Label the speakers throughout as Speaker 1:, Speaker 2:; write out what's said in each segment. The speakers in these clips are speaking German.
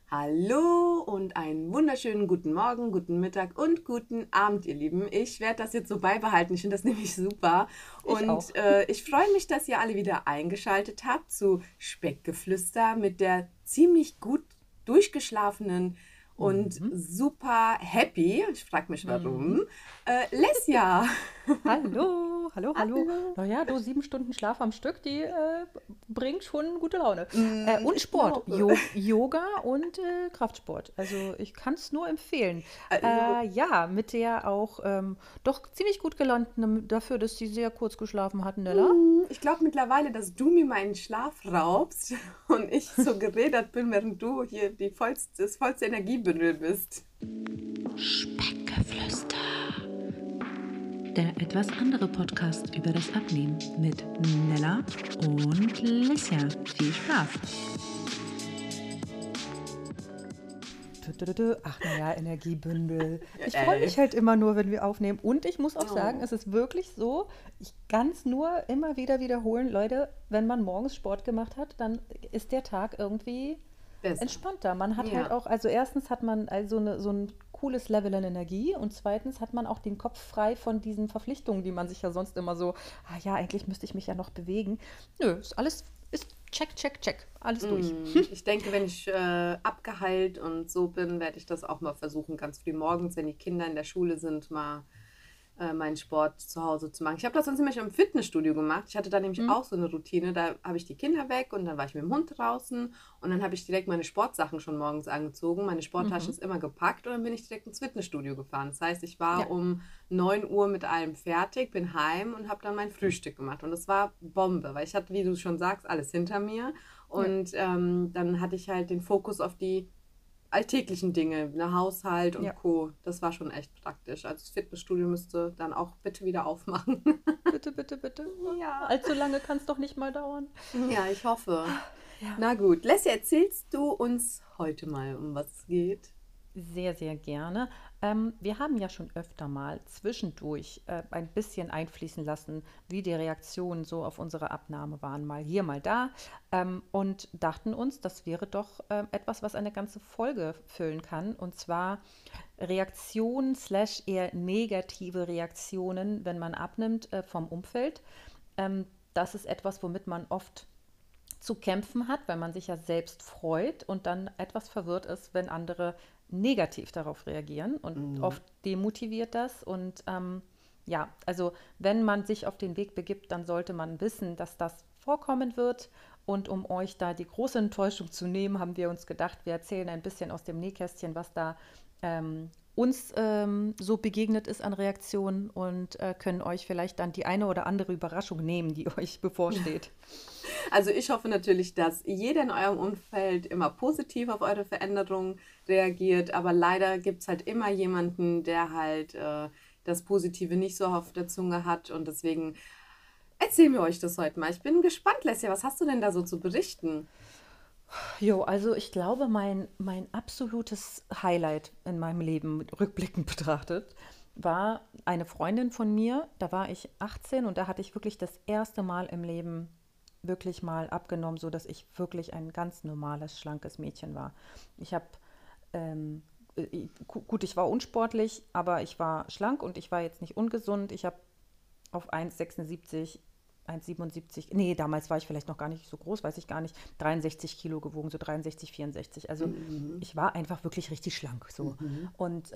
Speaker 1: Hallo und einen wunderschönen guten Morgen, guten Mittag und guten Abend, ihr Lieben. Ich werde das jetzt so beibehalten. Ich finde das nämlich super.
Speaker 2: Ich
Speaker 1: Und
Speaker 2: auch.
Speaker 1: ich freue mich, dass ihr alle wieder eingeschaltet habt zu Speckgeflüster mit der ziemlich gut durchgeschlafenen und
Speaker 2: Mhm.
Speaker 1: super happy, ich frage mich warum,
Speaker 2: Mhm.
Speaker 1: Lesja.
Speaker 2: Hallo, hallo, hallo.
Speaker 1: Hallo.
Speaker 2: Naja, du 7 Stunden Schlaf am Stück, die bringt schon gute Laune. Und
Speaker 1: Ich
Speaker 2: Sport,
Speaker 1: glaube.
Speaker 2: Yoga und Kraftsport. Also ich kann es nur empfehlen.
Speaker 1: Also,
Speaker 2: Ja, mit der auch doch ziemlich gut gelandeten dafür, dass sie sehr kurz geschlafen hat, Nella.
Speaker 1: Ich glaube mittlerweile, dass du mir meinen Schlaf raubst und ich so geredet bin, während du hier das vollste Energiebündel bist.
Speaker 3: Speckgeflüster. Der etwas andere Podcast über das Abnehmen mit Nella und Lissia. Viel Spaß!
Speaker 2: Ach naja, Energiebündel.
Speaker 1: Ja,
Speaker 2: Ich freue
Speaker 1: ey.
Speaker 2: mich halt immer nur, wenn wir aufnehmen. Und ich muss auch sagen,
Speaker 1: Oh,
Speaker 2: es ist wirklich so, ich kann es nur immer wieder wiederholen. Leute, wenn man morgens Sport gemacht hat, dann ist der Tag irgendwie
Speaker 1: besser.
Speaker 2: entspannter. Man hat halt
Speaker 1: Ja.
Speaker 2: auch, also erstens hat man also so ein cooles Level an Energie und zweitens hat man auch den Kopf frei von diesen Verpflichtungen, die man sich ja sonst immer so, ja, eigentlich müsste ich mich ja noch bewegen. Nö, ist alles, ist check, check, check, alles durch.
Speaker 1: Ich denke, wenn ich abgeheilt und so bin, werde ich das auch mal versuchen, ganz früh morgens, wenn die Kinder in der Schule sind, mal meinen Sport zu Hause zu machen. Ich habe das sonst immer schon im Fitnessstudio gemacht. Ich hatte da nämlich
Speaker 2: Hm?
Speaker 1: auch so eine Routine. Da habe ich die Kinder weg und dann war ich mit dem Hund draußen und dann habe ich direkt meine Sportsachen schon morgens angezogen. Meine Sporttasche
Speaker 2: Mhm.
Speaker 1: ist immer gepackt und dann bin ich direkt ins Fitnessstudio gefahren. Das heißt, ich war
Speaker 2: Ja.
Speaker 1: um 9 Uhr mit allem fertig, bin heim und habe dann mein Frühstück gemacht. Und das war Bombe, weil ich hatte, wie du schon sagst, alles hinter mir.
Speaker 2: Ja.
Speaker 1: Und dann hatte ich halt den Fokus auf die alltäglichen Dinge, ne, Haushalt und
Speaker 2: Ja.
Speaker 1: Co. Das war schon echt praktisch. Also das Fitnessstudio müsste dann auch bitte wieder aufmachen.
Speaker 2: Bitte, bitte, bitte.
Speaker 1: Ja.
Speaker 2: Allzu lange kann es doch nicht mal dauern.
Speaker 1: Ja, ich hoffe.
Speaker 2: Ja.
Speaker 1: Na gut, Leslie, erzählst du uns heute mal, um was es geht?
Speaker 2: Sehr, sehr gerne. Wir haben ja schon öfter mal zwischendurch ein bisschen einfließen lassen, wie die Reaktionen so auf unsere Abnahme waren, mal hier, mal da, und dachten uns, das wäre doch etwas, was eine ganze Folge füllen kann, und zwar Reaktionen slash eher negative Reaktionen, wenn man abnimmt vom Umfeld. Das ist etwas, womit man oft zu kämpfen hat, weil man sich ja selbst freut und dann etwas verwirrt ist, wenn andere negativ darauf reagieren und
Speaker 1: Mhm.
Speaker 2: oft demotiviert das und ja, also wenn man sich auf den Weg begibt, dann sollte man wissen, dass das vorkommen wird und um euch da die große Enttäuschung zu nehmen, haben wir uns gedacht, wir erzählen ein bisschen aus dem Nähkästchen, was da uns so begegnet ist an Reaktionen und können euch vielleicht dann die eine oder andere Überraschung nehmen, die euch bevorsteht.
Speaker 1: Also ich hoffe natürlich, dass jeder in eurem Umfeld immer positiv auf eure Veränderungen reagiert, aber leider gibt es halt immer jemanden, der halt das Positive nicht so auf der Zunge hat und deswegen erzählen wir euch das heute mal. Ich bin gespannt, Leslie, was hast du denn da so zu berichten?
Speaker 2: Jo, also ich glaube, mein absolutes Highlight in meinem Leben, rückblickend betrachtet, war eine Freundin von mir. Da war ich 18 und da hatte ich wirklich das erste Mal im Leben wirklich mal abgenommen, so dass ich wirklich ein ganz normales, schlankes Mädchen war. Ich habe, gut, ich war unsportlich, aber ich war schlank und ich war jetzt nicht ungesund. Ich habe auf 1,76, 1,77, nee, damals war ich vielleicht noch gar nicht so groß, weiß ich gar nicht, 63 Kilo gewogen, so 63, 64. Also
Speaker 1: Mhm.
Speaker 2: ich war einfach wirklich richtig schlank so.
Speaker 1: Mhm.
Speaker 2: Und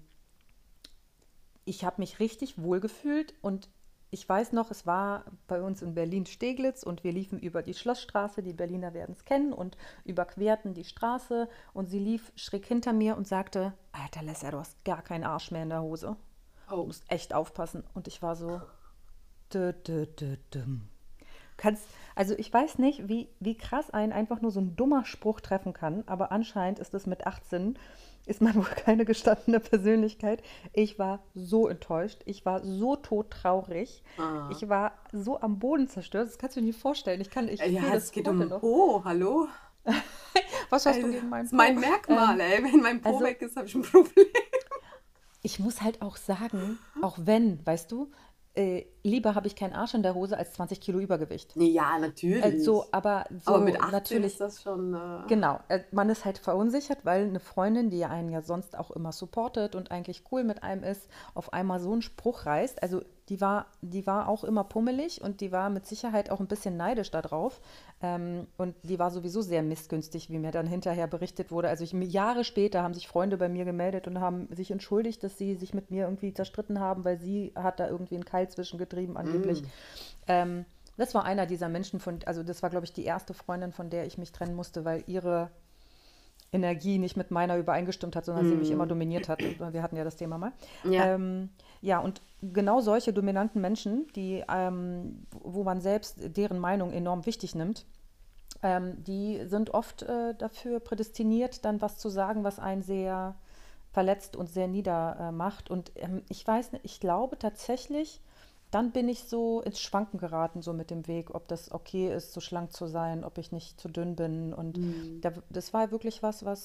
Speaker 2: ich habe mich richtig wohl gefühlt und ich weiß noch, es war bei uns in Berlin-Steglitz und wir liefen über die Schlossstraße, die Berliner werden es kennen, und überquerten die Straße und sie lief schräg hinter mir und sagte, Alter Lesser, du hast gar keinen Arsch mehr in der Hose. Du
Speaker 1: Oh.
Speaker 2: musst echt aufpassen. Und ich war so, dü, dü, dü, düm. Also ich weiß nicht, wie krass einen einfach nur so ein dummer Spruch treffen kann, aber anscheinend ist es mit 18, ist man wohl keine gestandene Persönlichkeit. Ich war so enttäuscht, ich war so todtraurig,
Speaker 1: Ah.
Speaker 2: ich war so am Boden zerstört, das kannst du dir nicht vorstellen. Ich fühle
Speaker 1: Ja, es
Speaker 2: das
Speaker 1: geht
Speaker 2: heute
Speaker 1: um
Speaker 2: noch.
Speaker 1: Po, hallo?
Speaker 2: Was hast du
Speaker 1: Also,
Speaker 2: gegen
Speaker 1: das
Speaker 2: meinen
Speaker 1: ist
Speaker 2: Po?
Speaker 1: mein Merkmal, ey. Wenn mein Po
Speaker 2: Also
Speaker 1: weg ist, habe ich ein Problem.
Speaker 2: ich muss halt auch sagen, auch wenn, weißt du, lieber habe ich keinen Arsch in der Hose als 20 Kilo Übergewicht.
Speaker 1: Ja, natürlich.
Speaker 2: Aber
Speaker 1: Aber
Speaker 2: so
Speaker 1: mit 18
Speaker 2: natürlich.
Speaker 1: ist das schon.
Speaker 2: Genau, man ist halt verunsichert, weil eine Freundin, die ja einen ja sonst auch immer supportet und eigentlich cool mit einem ist, auf einmal so einen Spruch reißt. Also die war auch immer pummelig und die war mit Sicherheit auch ein bisschen neidisch darauf. Und die war sowieso sehr missgünstig, wie mir dann hinterher berichtet wurde. Also Jahre später haben sich Freunde bei mir gemeldet und haben sich entschuldigt, dass sie sich mit mir irgendwie zerstritten haben, weil sie hat da irgendwie einen Keil zwischengetrieben angeblich. Das war einer dieser Menschen also das war, glaube ich, die erste Freundin, von der ich mich trennen musste, weil ihre Energie nicht mit meiner übereingestimmt hat, sondern sie mich immer dominiert hat. Wir hatten ja das Thema mal.
Speaker 1: Ja.
Speaker 2: Ja, und genau solche dominanten Menschen, wo man selbst deren Meinung enorm wichtig nimmt, die sind oft dafür prädestiniert, dann was zu sagen, was einen sehr verletzt und sehr niedermacht. Und ich weiß nicht, ich glaube tatsächlich, dann bin ich so ins Schwanken geraten, so mit dem Weg, ob das okay ist, so schlank zu sein, ob ich nicht zu dünn bin. Und das war wirklich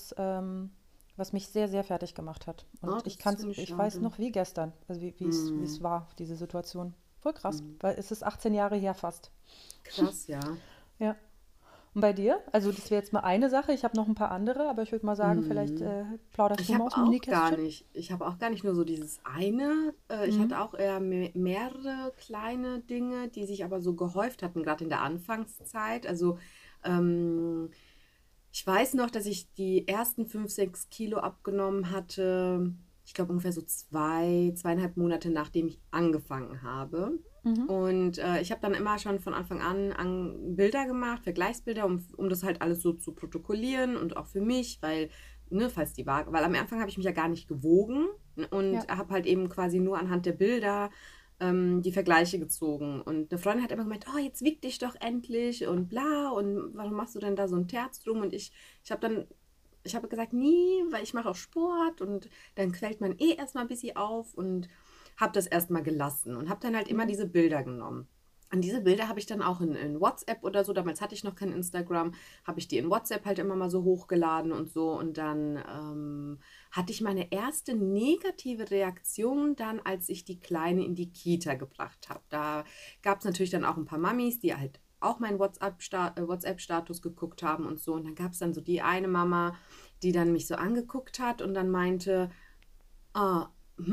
Speaker 2: was mich sehr, sehr fertig gemacht hat.
Speaker 1: Oh,
Speaker 2: Und
Speaker 1: das finde ich
Speaker 2: ich weiß
Speaker 1: schade.
Speaker 2: noch wie gestern, also wie es war, diese Situation. Voll krass, weil es ist 18 Jahre her fast.
Speaker 1: Krass, ja.
Speaker 2: Ja. Und bei dir? Also das wäre jetzt mal eine Sache. Ich habe noch ein paar andere, aber ich würde mal sagen, vielleicht plauderst
Speaker 1: Ich
Speaker 2: du mal
Speaker 1: habe
Speaker 2: aus dem
Speaker 1: auch gar
Speaker 2: Nähkästchen.
Speaker 1: nicht, ich habe auch gar nicht nur so dieses eine. Ich hatte auch eher mehrere kleine Dinge, die sich aber so gehäuft hatten, gerade in der Anfangszeit. Also ähm, ich weiß noch, dass ich die ersten 5, 6 Kilo abgenommen hatte. Ich glaube ungefähr so 2, 2,5 Monate, nachdem ich angefangen habe.
Speaker 2: Mhm.
Speaker 1: Und ich habe dann immer schon von Anfang an Bilder gemacht, Vergleichsbilder, um das halt alles so zu protokollieren und auch für mich, weil, ne, falls die Waage, weil am Anfang habe ich mich ja gar nicht gewogen und
Speaker 2: Ja.
Speaker 1: habe halt eben quasi nur anhand der Bilder die Vergleiche gezogen. Und eine Freundin hat immer gemeint, oh, jetzt wieg dich doch endlich und bla und warum machst du denn da so ein Terz drum? Und ich habe dann, ich habe gesagt, nie, weil ich mache auch Sport und dann quält man eh erstmal ein bisschen auf und habe das erstmal gelassen und habe dann halt immer
Speaker 2: Mhm.
Speaker 1: diese Bilder genommen. Und diese Bilder habe ich dann auch in WhatsApp oder so, damals hatte ich noch kein Instagram, habe ich die in WhatsApp halt immer mal so hochgeladen und so. Und dann hatte ich meine erste negative Reaktion dann, als ich die Kleine in die Kita gebracht habe. Da gab es natürlich dann auch ein paar Mamis, die halt auch meinen WhatsApp-Status geguckt haben und so. Und dann gab es dann so die eine Mama, die dann mich so angeguckt hat und dann meinte, ah,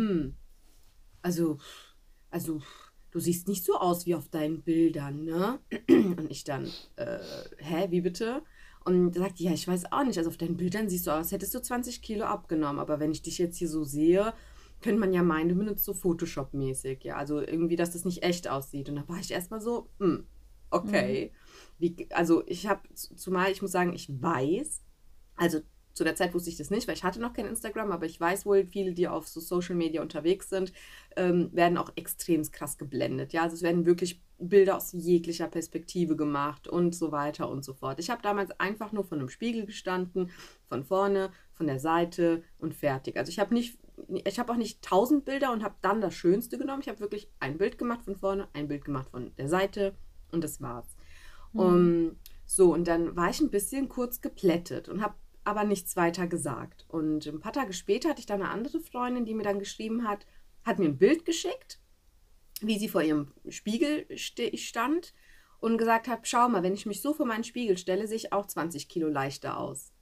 Speaker 1: also, also, du siehst nicht so aus wie auf deinen Bildern, ne? Und ich dann, hä, wie bitte? Und da sagt die, ja, ich weiß auch nicht, also auf deinen Bildern siehst du aus, als hättest du 20 Kilo abgenommen, aber wenn ich dich jetzt hier so sehe, könnte man ja meinen, du benutzt so Photoshop-mäßig, ja, also irgendwie, dass das nicht echt aussieht. Und da war ich erstmal so,
Speaker 2: Mhm.
Speaker 1: okay. Also ich habe, zumal ich muss sagen, ich weiß, also zu der Zeit wusste ich das nicht, weil ich hatte noch kein Instagram, aber ich weiß wohl, viele, die auf so Social Media unterwegs sind, werden auch extrem krass geblendet. Ja, also es werden wirklich Bilder aus jeglicher Perspektive gemacht und so weiter und so fort. Ich habe damals einfach nur vor einem Spiegel gestanden, von vorne, von der Seite und fertig. Also ich habe auch nicht 1000 Bilder und habe dann das Schönste genommen. Ich habe wirklich ein Bild gemacht von vorne, ein Bild gemacht von der Seite und das war's.
Speaker 2: Mhm.
Speaker 1: So, und dann war ich ein bisschen kurz geplättet und habe aber nichts weiter gesagt. Und ein paar Tage später hatte ich dann eine andere Freundin, die mir dann geschrieben hat mir ein Bild geschickt, wie sie vor ihrem Spiegel stand und gesagt hat, schau mal, wenn ich mich so vor meinen Spiegel stelle, sehe ich auch 20 Kilo leichter aus.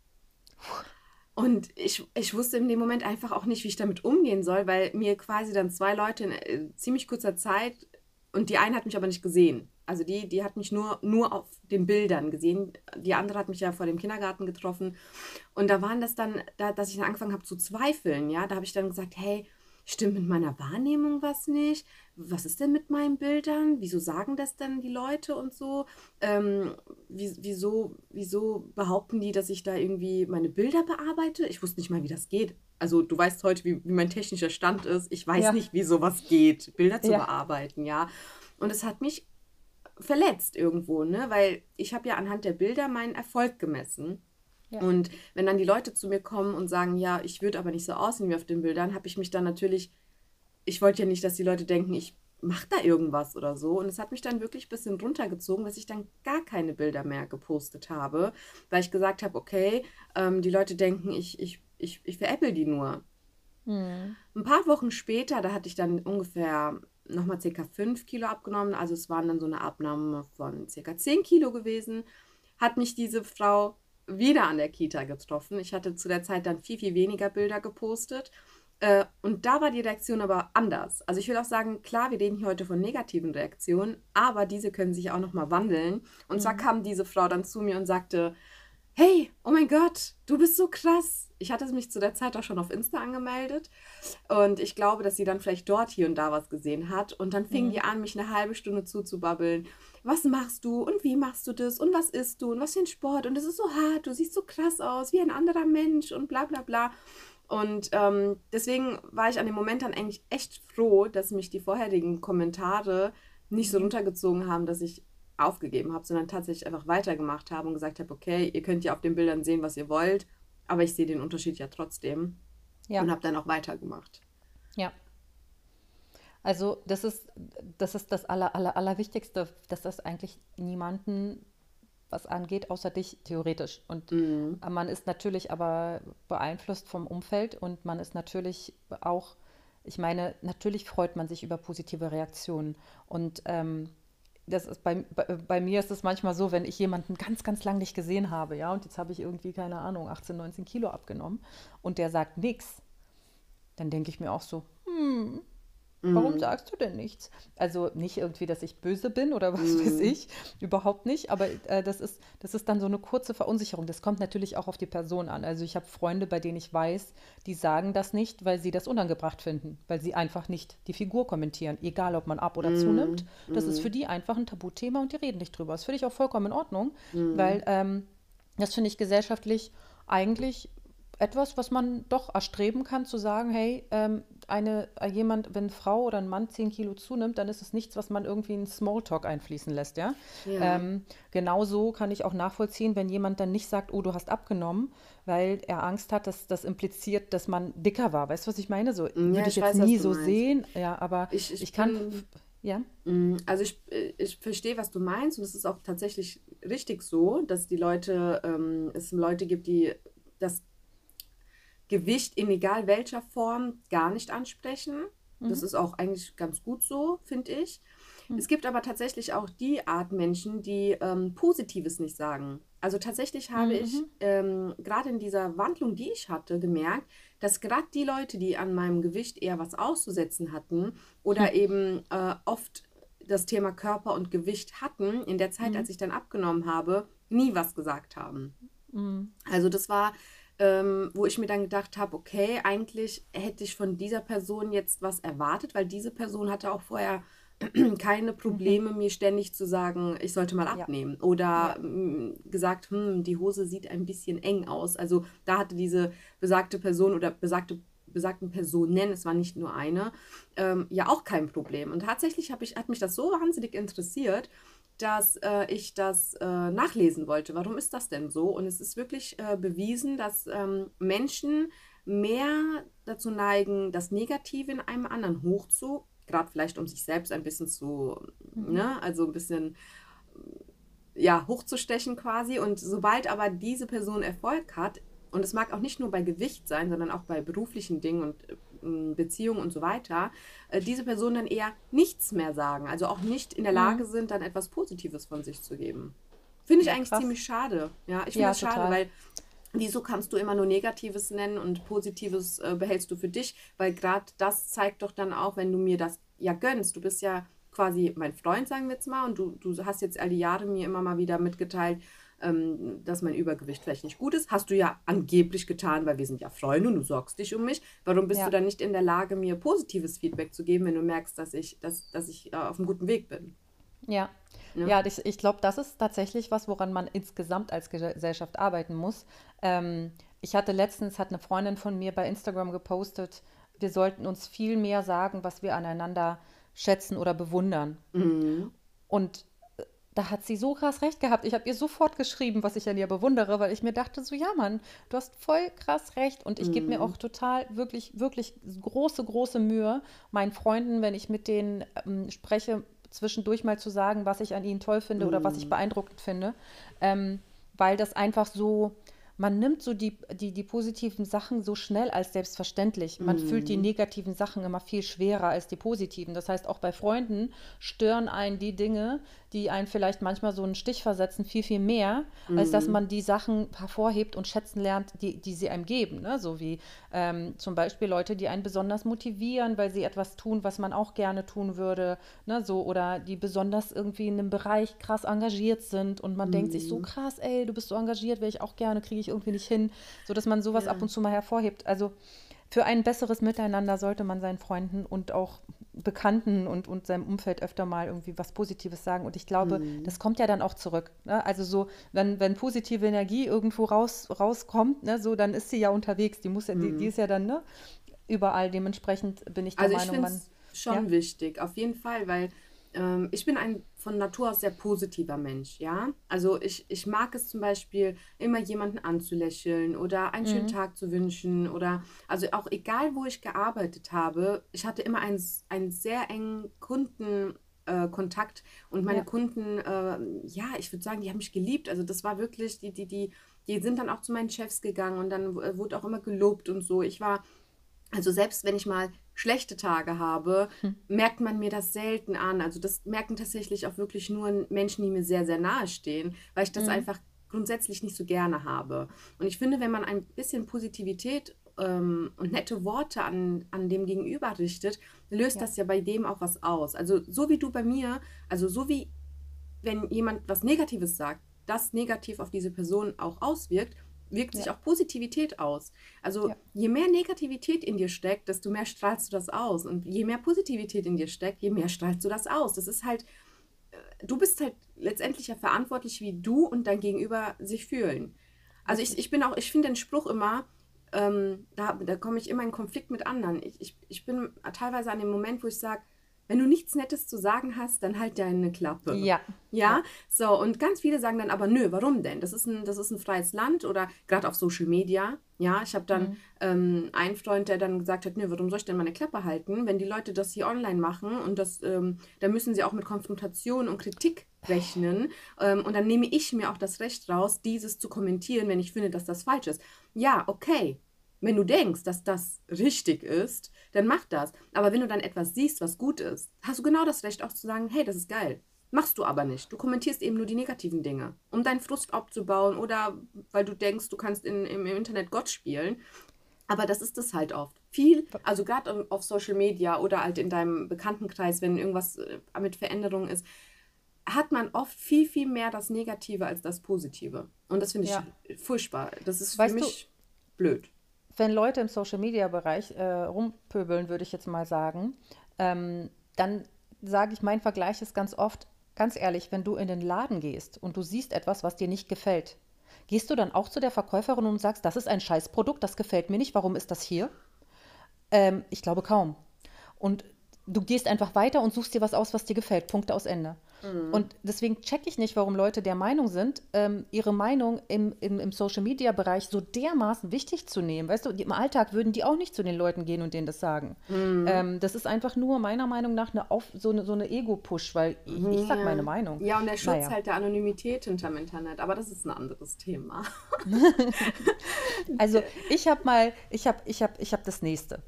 Speaker 1: Und ich wusste in dem Moment einfach auch nicht, wie ich damit umgehen soll, weil mir quasi dann zwei Leute in ziemlich kurzer Zeit, und die eine hat mich aber nicht gesehen. Also die hat mich nur auf den Bildern gesehen. Die andere hat mich ja vor dem Kindergarten getroffen. Und da waren das dann, dass ich dann angefangen habe zu zweifeln. Ja, da habe ich dann gesagt, hey, stimmt mit meiner Wahrnehmung was nicht? Was ist denn mit meinen Bildern? Wieso sagen das denn die Leute und so? Wieso behaupten die, dass ich da irgendwie meine Bilder bearbeite? Ich wusste nicht mal, wie das geht. Also du weißt heute, wie mein technischer Stand ist. Ich weiß
Speaker 2: Ja,
Speaker 1: nicht, wie sowas geht, Bilder zu
Speaker 2: ja,
Speaker 1: bearbeiten, ja. Und es hat mich verletzt irgendwo, ne? Weil ich habe ja anhand der Bilder meinen Erfolg gemessen.
Speaker 2: ja.
Speaker 1: Und wenn dann die Leute zu mir kommen und sagen, ja, ich würde aber nicht so aussehen wie auf den Bildern, habe ich mich dann natürlich, ich wollte ja nicht, dass die Leute denken, ich mache da irgendwas oder so. Und es hat mich dann wirklich ein bisschen runtergezogen, dass ich dann gar keine Bilder mehr gepostet habe, weil ich gesagt habe, okay, die Leute denken, ich veräpple die nur.
Speaker 2: Mhm.
Speaker 1: Ein paar Wochen später, da hatte ich dann ungefähr nochmal ca. 5 Kilo abgenommen, also es waren dann so eine Abnahme von ca. 10 Kilo gewesen, hat mich diese Frau wieder an der Kita getroffen. Ich hatte zu der Zeit dann viel, viel weniger Bilder gepostet. Und da war die Reaktion aber anders. Also ich will auch sagen, klar, wir reden hier heute von negativen Reaktionen, aber diese können sich auch nochmal wandeln. Und zwar kam diese Frau dann zu mir und sagte, hey, oh mein Gott, du bist so krass. Ich hatte mich zu der Zeit auch schon auf Insta angemeldet und ich glaube, dass sie dann vielleicht dort hier und da was gesehen hat. Und dann fing die an, mich eine halbe Stunde zuzubabbeln. Was machst du und wie machst du das und was isst du und was für ein Sport und es ist so hart, du siehst so krass aus wie ein anderer Mensch und bla bla bla. Und deswegen war ich an dem Moment dann eigentlich echt froh, dass mich die vorherigen Kommentare nicht so runtergezogen haben, dass ich aufgegeben habe, sondern tatsächlich einfach weitergemacht habe und gesagt habe, okay, ihr könnt ja auf den Bildern sehen, was ihr wollt, aber ich sehe den Unterschied ja trotzdem
Speaker 2: Ja,
Speaker 1: und habe dann auch weitergemacht.
Speaker 2: ja. Also das Allerwichtigste, dass das eigentlich niemanden was angeht, außer dich theoretisch. Und man ist natürlich aber beeinflusst vom Umfeld und man ist natürlich auch, ich meine, natürlich freut man sich über positive Reaktionen. Und das ist bei mir ist es manchmal so, wenn ich jemanden ganz, ganz lang nicht gesehen habe, ja, und jetzt habe ich irgendwie, keine Ahnung, 18, 19 Kilo abgenommen und der sagt nichts, dann denke ich mir auch so, warum sagst du denn nichts? Also nicht irgendwie, dass ich böse bin oder was weiß ich, überhaupt nicht, aber das ist dann so eine kurze Verunsicherung. Das kommt natürlich auch auf die Person an. Also ich habe Freunde, bei denen ich weiß, die sagen das nicht, weil sie das unangebracht finden, weil sie einfach nicht die Figur kommentieren, egal ob man ab oder zunimmt. Das ist für die einfach ein Tabuthema und die reden nicht drüber. Das finde ich auch vollkommen in Ordnung, weil das finde ich gesellschaftlich eigentlich etwas, was man doch erstreben kann, zu sagen, hey, wenn eine Frau oder ein Mann 10 Kilo zunimmt, dann ist es nichts, was man irgendwie in Smalltalk einfließen lässt, ja.
Speaker 1: Ja.
Speaker 2: Genauso kann ich auch nachvollziehen, wenn jemand dann nicht sagt, oh, du hast abgenommen, weil er Angst hat, dass das impliziert, dass man dicker war. Weißt du, was ich meine? So
Speaker 1: Ja,
Speaker 2: würde ich
Speaker 1: ich
Speaker 2: jetzt
Speaker 1: weiß, was
Speaker 2: nie
Speaker 1: du
Speaker 2: so
Speaker 1: meinst.
Speaker 2: sehen, ja, aber
Speaker 1: Ich
Speaker 2: ich kann,
Speaker 1: bin,
Speaker 2: ja.
Speaker 1: also ich verstehe, was du meinst und es ist auch tatsächlich richtig so, dass es Leute gibt, die das Gewicht in egal welcher Form gar nicht ansprechen. Das ist auch eigentlich ganz gut so, finde ich. Es gibt aber tatsächlich auch die Art Menschen, die Positives nicht sagen. Also tatsächlich habe ich gerade in dieser Wandlung, die ich hatte, gemerkt, dass gerade die Leute, die an meinem Gewicht eher was auszusetzen hatten oder eben oft das Thema Körper und Gewicht hatten, in der Zeit, als ich dann abgenommen habe, nie was gesagt haben. Also das war, wo ich mir dann gedacht habe, okay, eigentlich hätte ich von dieser Person jetzt was erwartet, weil diese Person hatte auch vorher keine Probleme, mir ständig zu sagen, ich sollte mal
Speaker 2: Ja,
Speaker 1: abnehmen. Oder
Speaker 2: ja,
Speaker 1: gesagt, die Hose sieht ein bisschen eng aus. Also da hatte diese besagte Person oder besagten Personen, es war nicht nur eine, ja auch kein Problem. Und tatsächlich hat mich das so wahnsinnig interessiert, dass ich das nachlesen wollte. Warum ist das denn so? Und es ist wirklich bewiesen, dass Menschen mehr dazu neigen, das Negative in einem anderen gerade vielleicht um sich selbst ein bisschen ne, also ein bisschen ja, hochzustechen quasi. Und sobald aber diese Person Erfolg hat, und es mag auch nicht nur bei Gewicht sein, sondern auch bei beruflichen Dingen und Beziehungen und so weiter, diese Personen dann eher nichts mehr sagen, also auch nicht in der Lage sind, dann etwas Positives von sich zu geben. Finde ich
Speaker 2: ja,
Speaker 1: eigentlich
Speaker 2: krass.
Speaker 1: ziemlich schade. Ja, ich finde
Speaker 2: Ja,
Speaker 1: das schade,
Speaker 2: total.
Speaker 1: weil wieso kannst du immer nur Negatives nennen und Positives behältst du für dich? Weil gerade das zeigt doch dann auch, wenn du mir das ja gönnst. Du bist ja quasi mein Freund, sagen wir jetzt mal, und du hast jetzt all die Jahre mir immer mal wieder mitgeteilt, dass mein Übergewicht vielleicht nicht gut ist. Hast du ja angeblich getan, weil wir sind ja Freunde und du sorgst dich um mich. Warum bist du
Speaker 2: Ja.
Speaker 1: dann nicht in der Lage, mir positives Feedback zu geben, wenn du merkst, dass ich auf einem guten Weg bin?
Speaker 2: Ja,
Speaker 1: Ne?
Speaker 2: ja, ich glaube, das ist tatsächlich was, woran man insgesamt als Gesellschaft arbeiten muss. Hat eine Freundin von mir bei Instagram gepostet, wir sollten uns viel mehr sagen, was wir aneinander schätzen oder bewundern.
Speaker 1: Mhm.
Speaker 2: Und da hat sie so krass recht gehabt. Ich habe ihr sofort geschrieben, was ich an ihr bewundere, weil ich mir dachte, so ja, Mann, du hast voll krass recht. Und ich gebe mir auch
Speaker 1: Mhm.
Speaker 2: total, wirklich, wirklich große, große Mühe, meinen Freunden, wenn ich mit denen spreche, zwischendurch mal zu sagen, was ich an ihnen toll finde oder was ich
Speaker 1: Mhm.
Speaker 2: beeindruckend finde. Weil das einfach so, man nimmt so die positiven Sachen so schnell als selbstverständlich. Man fühlt die negativen Sachen immer viel schwerer als die positiven. Das heißt, auch bei Freunden stören einen die Dinge, die einen vielleicht manchmal so einen Stich versetzen, viel, viel mehr, als dass man die Sachen hervorhebt und schätzen lernt, die sie einem geben. Ne? So wie zum Beispiel Leute, die einen besonders motivieren, weil sie etwas tun, was man auch gerne tun würde. Ne? So, oder die besonders irgendwie in einem Bereich krass engagiert sind und man denkt sich so krass, ey, du bist so engagiert, wäre ich auch gerne, kriege ich irgendwie nicht hin, sodass man sowas ab und zu mal hervorhebt. Also für ein besseres Miteinander sollte man seinen Freunden und auch Bekannten und seinem Umfeld öfter mal irgendwie was Positives sagen. Und ich glaube, das kommt ja dann auch zurück. Ne? Also so, wenn positive Energie irgendwo rauskommt, ne, so, dann ist sie ja unterwegs. Die ist ja dann, ne, überall. Dementsprechend bin ich der
Speaker 1: Also ich
Speaker 2: Meinung,
Speaker 1: finde es schon wichtig, auf jeden Fall, weil ich bin ein von Natur aus sehr positiver Mensch, ja. Also ich mag es zum Beispiel, immer jemanden anzulächeln oder einen schönen Tag zu wünschen oder, also auch egal, wo ich gearbeitet habe, ich hatte immer einen sehr engen Kundenkontakt und meine
Speaker 2: Ja.
Speaker 1: Kunden, ja, ich würde sagen, die haben mich geliebt. Also das war wirklich, die sind dann auch zu meinen Chefs gegangen und dann wurde auch immer gelobt und so. Also selbst wenn ich mal schlechte Tage habe, merkt man mir das selten an. Also das merken tatsächlich auch wirklich nur Menschen, die mir sehr, sehr nahe stehen, weil ich das einfach grundsätzlich nicht so gerne habe. Und ich finde, wenn man ein bisschen Positivität und nette Worte an dem Gegenüber richtet, löst das ja bei dem auch was aus. Also so wie du bei mir, also so wie wenn jemand was Negatives sagt, das negativ auf diese Person auch auswirkt, wirkt sich auch Positivität aus. Also je mehr Negativität in dir steckt, desto mehr strahlst du das aus. Und je mehr Positivität in dir steckt, je mehr strahlst du das aus. Das ist halt, du bist halt letztendlich ja verantwortlich, wie du und dein Gegenüber sich fühlen. Also ich finde den Spruch immer, da komme ich immer in Konflikt mit anderen. Ich bin teilweise an dem Moment, wo ich sage, wenn du nichts Nettes zu sagen hast, dann halt deine Klappe.
Speaker 2: Ja.
Speaker 1: Ja, so, und ganz viele sagen dann aber, nö, warum denn? Das ist ein freies Land oder gerade auf Social Media. Ja, ich habe dann einen Freund, der dann gesagt hat, nö, warum soll ich denn meine Klappe halten, wenn die Leute das hier online machen und da müssen sie auch mit Konfrontation und Kritik rechnen und dann nehme ich mir auch das Recht raus, dieses zu kommentieren, wenn ich finde, dass das falsch ist. Ja, okay. Wenn du denkst, dass das richtig ist, dann mach das. Aber wenn du dann etwas siehst, was gut ist, hast du genau das Recht auch zu sagen, hey, das ist geil. Machst du aber nicht. Du kommentierst eben nur die negativen Dinge, um deinen Frust abzubauen oder weil du denkst, du kannst im Internet Gott spielen. Aber das ist es halt oft. Also gerade auf Social Media oder halt in deinem Bekanntenkreis, wenn irgendwas mit Veränderungen ist, hat man oft viel, viel mehr das Negative als das Positive. Und das finde ich furchtbar. Das ist für mich blöd.
Speaker 2: Wenn Leute im Social-Media-Bereich rumpöbeln, würde ich jetzt mal sagen, dann sage ich, mein Vergleich ist ganz oft, ganz ehrlich, wenn du in den Laden gehst und du siehst etwas, was dir nicht gefällt, gehst du dann auch zu der Verkäuferin und sagst, das ist ein Scheißprodukt, das gefällt mir nicht, warum ist das hier? Ich glaube kaum. Und du gehst einfach weiter und suchst dir was aus, was dir gefällt. Punkte aus Ende. Und deswegen checke ich nicht, warum Leute der Meinung sind, ihre Meinung im Social-Media-Bereich so dermaßen wichtig zu nehmen. Weißt du, im Alltag würden die auch nicht zu den Leuten gehen und denen das sagen. Das ist einfach nur meiner Meinung nach so eine Ego-Push, weil ich sag meine Meinung.
Speaker 1: Ja, und der Schutz halt der Anonymität hinterm Internet. Aber das ist ein anderes Thema.
Speaker 2: Also ich hab das nächste.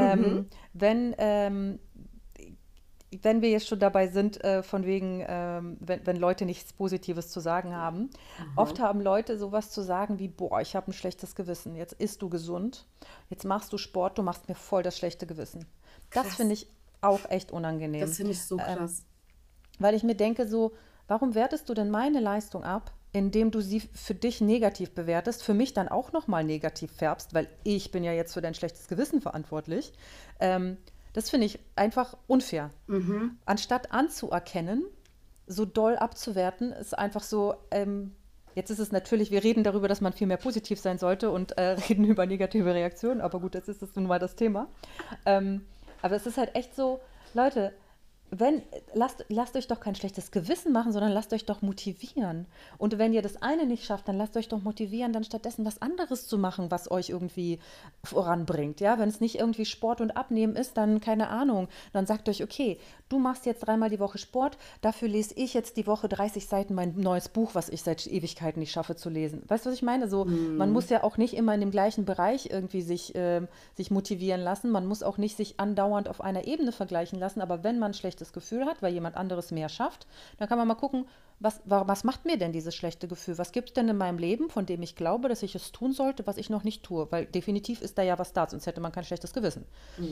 Speaker 2: Wenn wir jetzt schon dabei sind, von wegen, wenn Leute nichts Positives zu sagen haben, oft haben Leute sowas zu sagen wie, boah, ich habe ein schlechtes Gewissen, jetzt isst du gesund, jetzt machst du Sport, du machst mir voll das schlechte Gewissen. Das finde ich auch echt unangenehm.
Speaker 1: Das finde ich so krass.
Speaker 2: Weil ich mir denke so, warum wertest du denn meine Leistung ab, indem du sie für dich negativ bewertest, für mich dann auch nochmal negativ färbst, weil ich bin ja jetzt für dein schlechtes Gewissen verantwortlich. Das finde ich einfach unfair. Anstatt anzuerkennen, so doll abzuwerten, ist einfach so, jetzt ist es natürlich, wir reden darüber, dass man viel mehr positiv sein sollte und reden über negative Reaktionen, aber gut, jetzt ist das nun mal das Thema. Aber es ist halt echt so, Leute, lasst euch doch kein schlechtes Gewissen machen, sondern lasst euch doch motivieren. Und wenn ihr das eine nicht schafft, dann lasst euch doch motivieren, dann stattdessen was anderes zu machen, was euch irgendwie voranbringt. Ja, wenn es nicht irgendwie Sport und Abnehmen ist, dann keine Ahnung. Dann sagt euch, okay, du machst jetzt 3-mal die Woche Sport, dafür lese ich jetzt die Woche 30 Seiten mein neues Buch, was ich seit Ewigkeiten nicht schaffe zu lesen. Weißt du, was ich meine? So, man muss ja auch nicht immer in dem gleichen Bereich irgendwie sich motivieren lassen. Man muss auch nicht sich andauernd auf einer Ebene vergleichen lassen. Aber wenn man ein schlechtes Gefühl hat, weil jemand anderes mehr schafft, dann kann man mal gucken, was macht mir denn dieses schlechte Gefühl? Was gibt es denn in meinem Leben, von dem ich glaube, dass ich es tun sollte, was ich noch nicht tue? Weil definitiv ist da ja was da, sonst hätte man kein schlechtes Gewissen.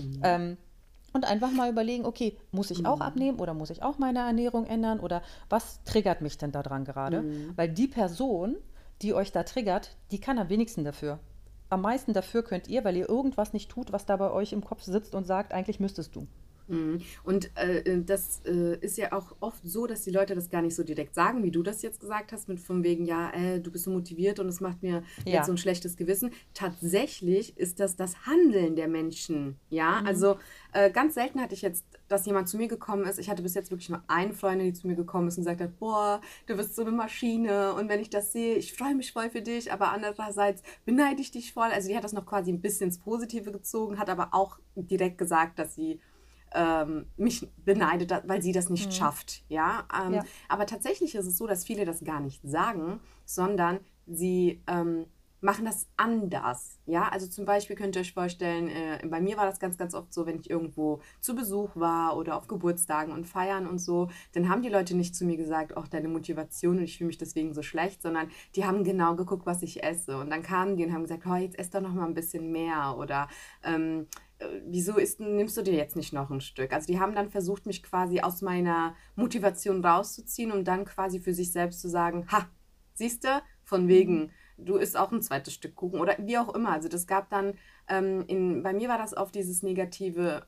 Speaker 2: Und einfach mal überlegen, okay, muss ich auch abnehmen oder muss ich auch meine Ernährung ändern oder was triggert mich denn daran gerade? Weil die Person, die euch da triggert, die kann am wenigsten dafür. Am meisten dafür könnt ihr, weil ihr irgendwas nicht tut, was da bei euch im Kopf sitzt und sagt, eigentlich müsstest du.
Speaker 1: Und das ist ja auch oft so, dass die Leute das gar nicht so direkt sagen, wie du das jetzt gesagt hast, mit von wegen, ja, du bist so motiviert und es macht mir jetzt so ein schlechtes Gewissen. Tatsächlich ist das Handeln der Menschen, ja. Also ganz selten hatte ich jetzt, dass jemand zu mir gekommen ist. Ich hatte bis jetzt wirklich nur eine Freundin, die zu mir gekommen ist und gesagt hat, boah, du bist so eine Maschine und wenn ich das sehe, ich freue mich voll für dich, aber andererseits beneide ich dich voll. Also die hat das noch quasi ein bisschen ins Positive gezogen, hat aber auch direkt gesagt, dass sie mich beneidet, weil sie das nicht schafft. Ja?
Speaker 2: Ja.
Speaker 1: Aber tatsächlich ist es so, dass viele das gar nicht sagen, sondern sie machen das anders. Ja? Also zum Beispiel könnt ihr euch vorstellen, bei mir war das ganz, ganz oft so, wenn ich irgendwo zu Besuch war oder auf Geburtstagen und Feiern und so, dann haben die Leute nicht zu mir gesagt, auch deine Motivation und ich fühle mich deswegen so schlecht, sondern die haben genau geguckt, was ich esse. Und dann kamen die und haben gesagt, oh, jetzt ess doch noch mal ein bisschen mehr oder wieso nimmst du dir jetzt nicht noch ein Stück? Also die haben dann versucht, mich quasi aus meiner Motivation rauszuziehen, um dann quasi für sich selbst zu sagen, ha, siehst du, von wegen, du isst auch ein zweites Stück Kuchen oder wie auch immer. Also das gab dann, bei mir war das oft dieses Negative,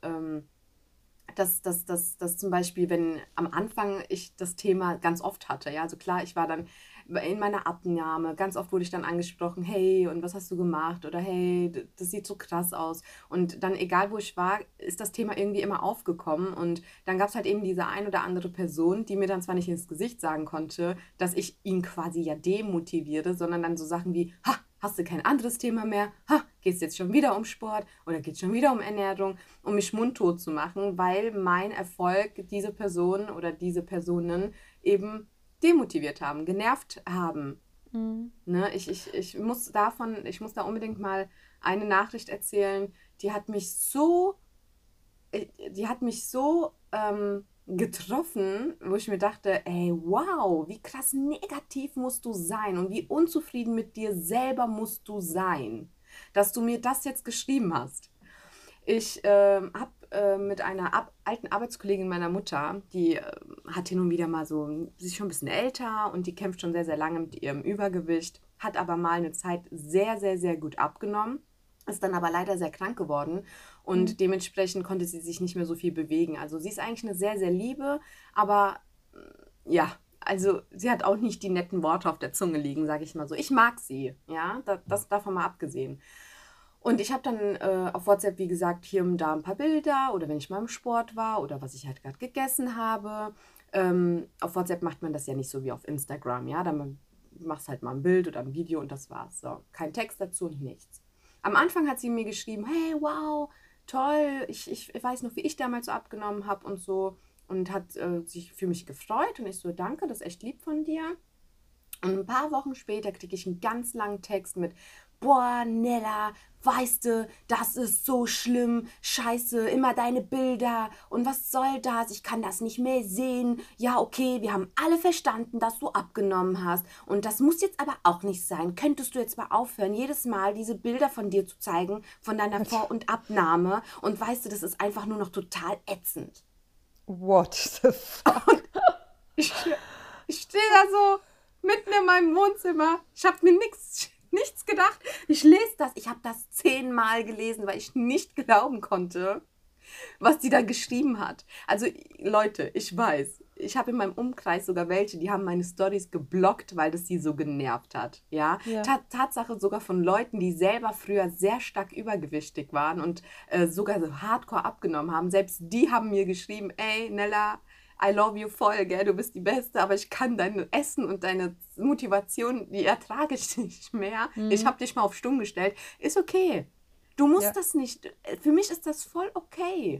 Speaker 1: dass zum Beispiel, wenn am Anfang ich das Thema ganz oft hatte, ja, also klar, ich war dann in meiner Abnahme, ganz oft wurde ich dann angesprochen, hey, und was hast du gemacht? Oder hey, das sieht so krass aus. Und dann, egal wo ich war, ist das Thema irgendwie immer aufgekommen. Und dann gab es halt eben diese ein oder andere Person, die mir dann zwar nicht ins Gesicht sagen konnte, dass ich ihn quasi ja demotiviere, sondern dann so Sachen wie, ha, hast du kein anderes Thema mehr? Ha, geht es jetzt schon wieder um Sport oder geht es schon wieder um Ernährung, um mich mundtot zu machen, weil mein Erfolg diese Person oder diese Personen eben demotiviert haben, genervt haben. Ne? Ich muss da unbedingt mal eine Nachricht erzählen, die hat mich so getroffen, wo ich mir dachte, ey, wow, wie krass negativ musst du sein und wie unzufrieden mit dir selber musst du sein, dass du mir das jetzt geschrieben hast. Ich habe mit einer alten Arbeitskollegin meiner Mutter, die hat hin und wieder mal so, sie ist schon ein bisschen älter und die kämpft schon sehr, sehr lange mit ihrem Übergewicht, hat aber mal eine Zeit sehr, sehr, sehr gut abgenommen, ist dann aber leider sehr krank geworden und dementsprechend konnte sie sich nicht mehr so viel bewegen. Also sie ist eigentlich eine sehr, sehr liebe, aber ja, also sie hat auch nicht die netten Worte auf der Zunge liegen, sage ich mal so. Ich mag sie, ja, das davon mal abgesehen. Und ich habe dann auf WhatsApp, wie gesagt, hier und da ein paar Bilder oder wenn ich mal im Sport war oder was ich halt gerade gegessen habe. Auf WhatsApp macht man das ja nicht so wie auf Instagram, ja. Dann machst halt mal ein Bild oder ein Video und das war's. So, kein Text dazu und nichts. Am Anfang hat sie mir geschrieben, hey, wow, toll, ich weiß noch, wie ich damals so abgenommen habe und so. Und hat sich für mich gefreut und ich so, danke, das ist echt lieb von dir. Und ein paar Wochen später kriege ich einen ganz langen Text mit, boah, Nella, weißt du, das ist so schlimm, scheiße, immer deine Bilder und was soll das, ich kann das nicht mehr sehen, ja okay, wir haben alle verstanden, dass du abgenommen hast und das muss jetzt aber auch nicht sein, könntest du jetzt mal aufhören, jedes Mal diese Bilder von dir zu zeigen, von deiner Vor- und Abnahme und weißt du, das ist einfach nur noch total ätzend.
Speaker 2: What the fuck?
Speaker 1: Ich stehe da so mitten in meinem Wohnzimmer. Ich habe mir nichts gedacht. Ich lese das. Ich habe das 10-mal gelesen, weil ich nicht glauben konnte, was die da geschrieben hat. Also Leute, ich weiß, ich habe in meinem Umkreis sogar welche, die haben meine Stories geblockt, weil das sie so genervt hat. Ja,
Speaker 2: Ja.
Speaker 1: Tatsache sogar von Leuten, die selber früher sehr stark übergewichtig waren und sogar so hardcore abgenommen haben. Selbst die haben mir geschrieben, ey, Nella, I love you voll, gell, du bist die Beste, aber ich kann dein Essen und deine Motivation, die ertrage ich nicht mehr. Ich habe dich mal auf stumm gestellt. Ist okay. Du musst
Speaker 2: Ja.
Speaker 1: das nicht. Für mich ist das voll okay.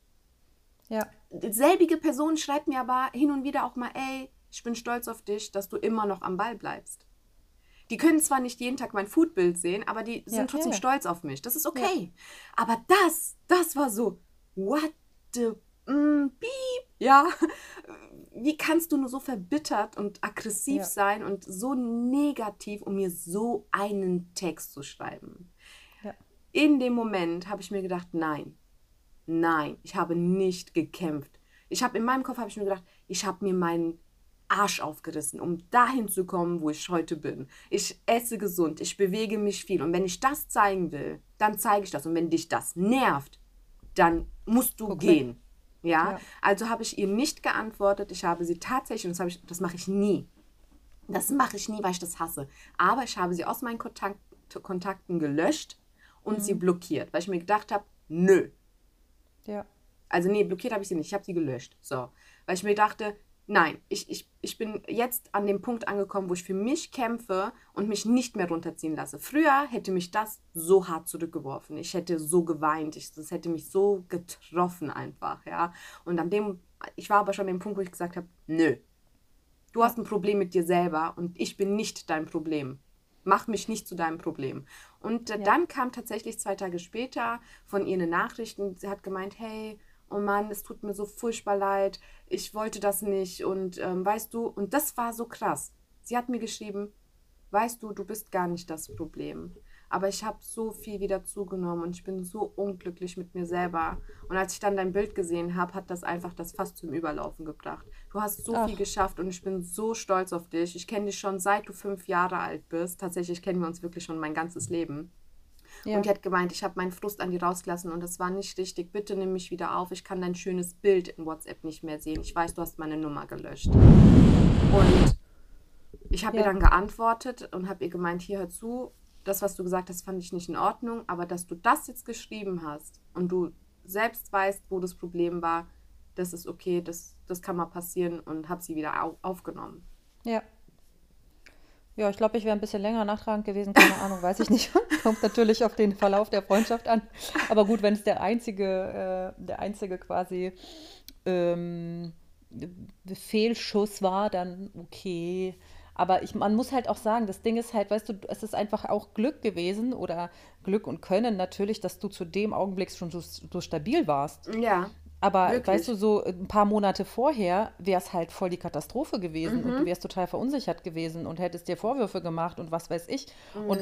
Speaker 2: Ja.
Speaker 1: Selbige Person schreibt mir aber hin und wieder auch mal, ey, ich bin stolz auf dich, dass du immer noch am Ball bleibst. Die können zwar nicht jeden Tag mein Foodbild sehen, aber die sind trotzdem stolz auf mich. Das ist okay. Aber das war so, what the beep, ja. Wie kannst du nur so verbittert und aggressiv sein und so negativ, um mir so einen Text zu schreiben?
Speaker 2: Ja.
Speaker 1: In dem Moment habe ich mir gedacht, nein, ich habe nicht gekämpft. In meinem Kopf habe ich mir gedacht, ich habe mir meinen Arsch aufgerissen, um dahin zu kommen, wo ich heute bin. Ich esse gesund, ich bewege mich viel. Und wenn ich das zeigen will, dann zeige ich das. Und wenn dich das nervt, dann musst du gehen. Ja? Also habe ich ihr nicht geantwortet. Ich habe sie tatsächlich, und das mache ich nie. Das mache ich nie, weil ich das hasse. Aber ich habe sie aus meinen Kontakten gelöscht und sie blockiert, weil ich mir gedacht habe, nö.
Speaker 2: Ja.
Speaker 1: Also nee, blockiert habe ich sie nicht, ich habe sie gelöscht. So. Weil ich mir dachte, nein, ich bin jetzt an dem Punkt angekommen, wo ich für mich kämpfe und mich nicht mehr runterziehen lasse. Früher hätte mich das so hart zurückgeworfen. Ich hätte so geweint. Das hätte mich so getroffen einfach, ja. Und ich war aber schon an dem Punkt, wo ich gesagt habe, nö. Du hast ein Problem mit dir selber und ich bin nicht dein Problem. Mach mich nicht zu deinem Problem. Und dann kam tatsächlich 2 Tage später von ihr eine Nachricht und sie hat gemeint, hey, oh Mann, es tut mir so furchtbar leid, ich wollte das nicht und weißt du, und das war so krass. Sie hat mir geschrieben, weißt du, du bist gar nicht das Problem. Aber ich habe so viel wieder zugenommen und ich bin so unglücklich mit mir selber. Und als ich dann dein Bild gesehen habe, hat das einfach das Fass zum Überlaufen gebracht. Du hast so viel geschafft und ich bin so stolz auf dich. Ich kenne dich schon seit du 5 Jahre alt bist. Tatsächlich kennen wir uns wirklich schon mein ganzes Leben. Ja. Und die hat gemeint, ich habe meinen Frust an dir rausgelassen und das war nicht richtig. Bitte nimm mich wieder auf. Ich kann dein schönes Bild in WhatsApp nicht mehr sehen. Ich weiß, du hast meine Nummer gelöscht. Und ich habe ihr dann geantwortet und habe ihr gemeint, hier, hör zu, das, was du gesagt hast, fand ich nicht in Ordnung, aber dass du das jetzt geschrieben hast und du selbst weißt, wo das Problem war, das ist okay, das kann mal passieren und habe sie wieder aufgenommen.
Speaker 2: Ja. Ja, ich glaube, ich wäre ein bisschen länger nachtragend gewesen, keine Ahnung, weiß ich nicht. Kommt natürlich auf den Verlauf der Freundschaft an. Aber gut, wenn es der einzige quasi Fehlschuss war, dann okay. Aber man muss halt auch sagen, das Ding ist halt, weißt du, es ist einfach auch Glück gewesen oder Glück und Können natürlich, dass du zu dem Augenblick schon so stabil warst.
Speaker 1: Ja.
Speaker 2: Aber
Speaker 1: wirklich.
Speaker 2: weißt du, so ein paar Monate vorher wäre es halt voll die Katastrophe gewesen und du wärst total verunsichert gewesen und hättest dir Vorwürfe gemacht und was weiß ich. Und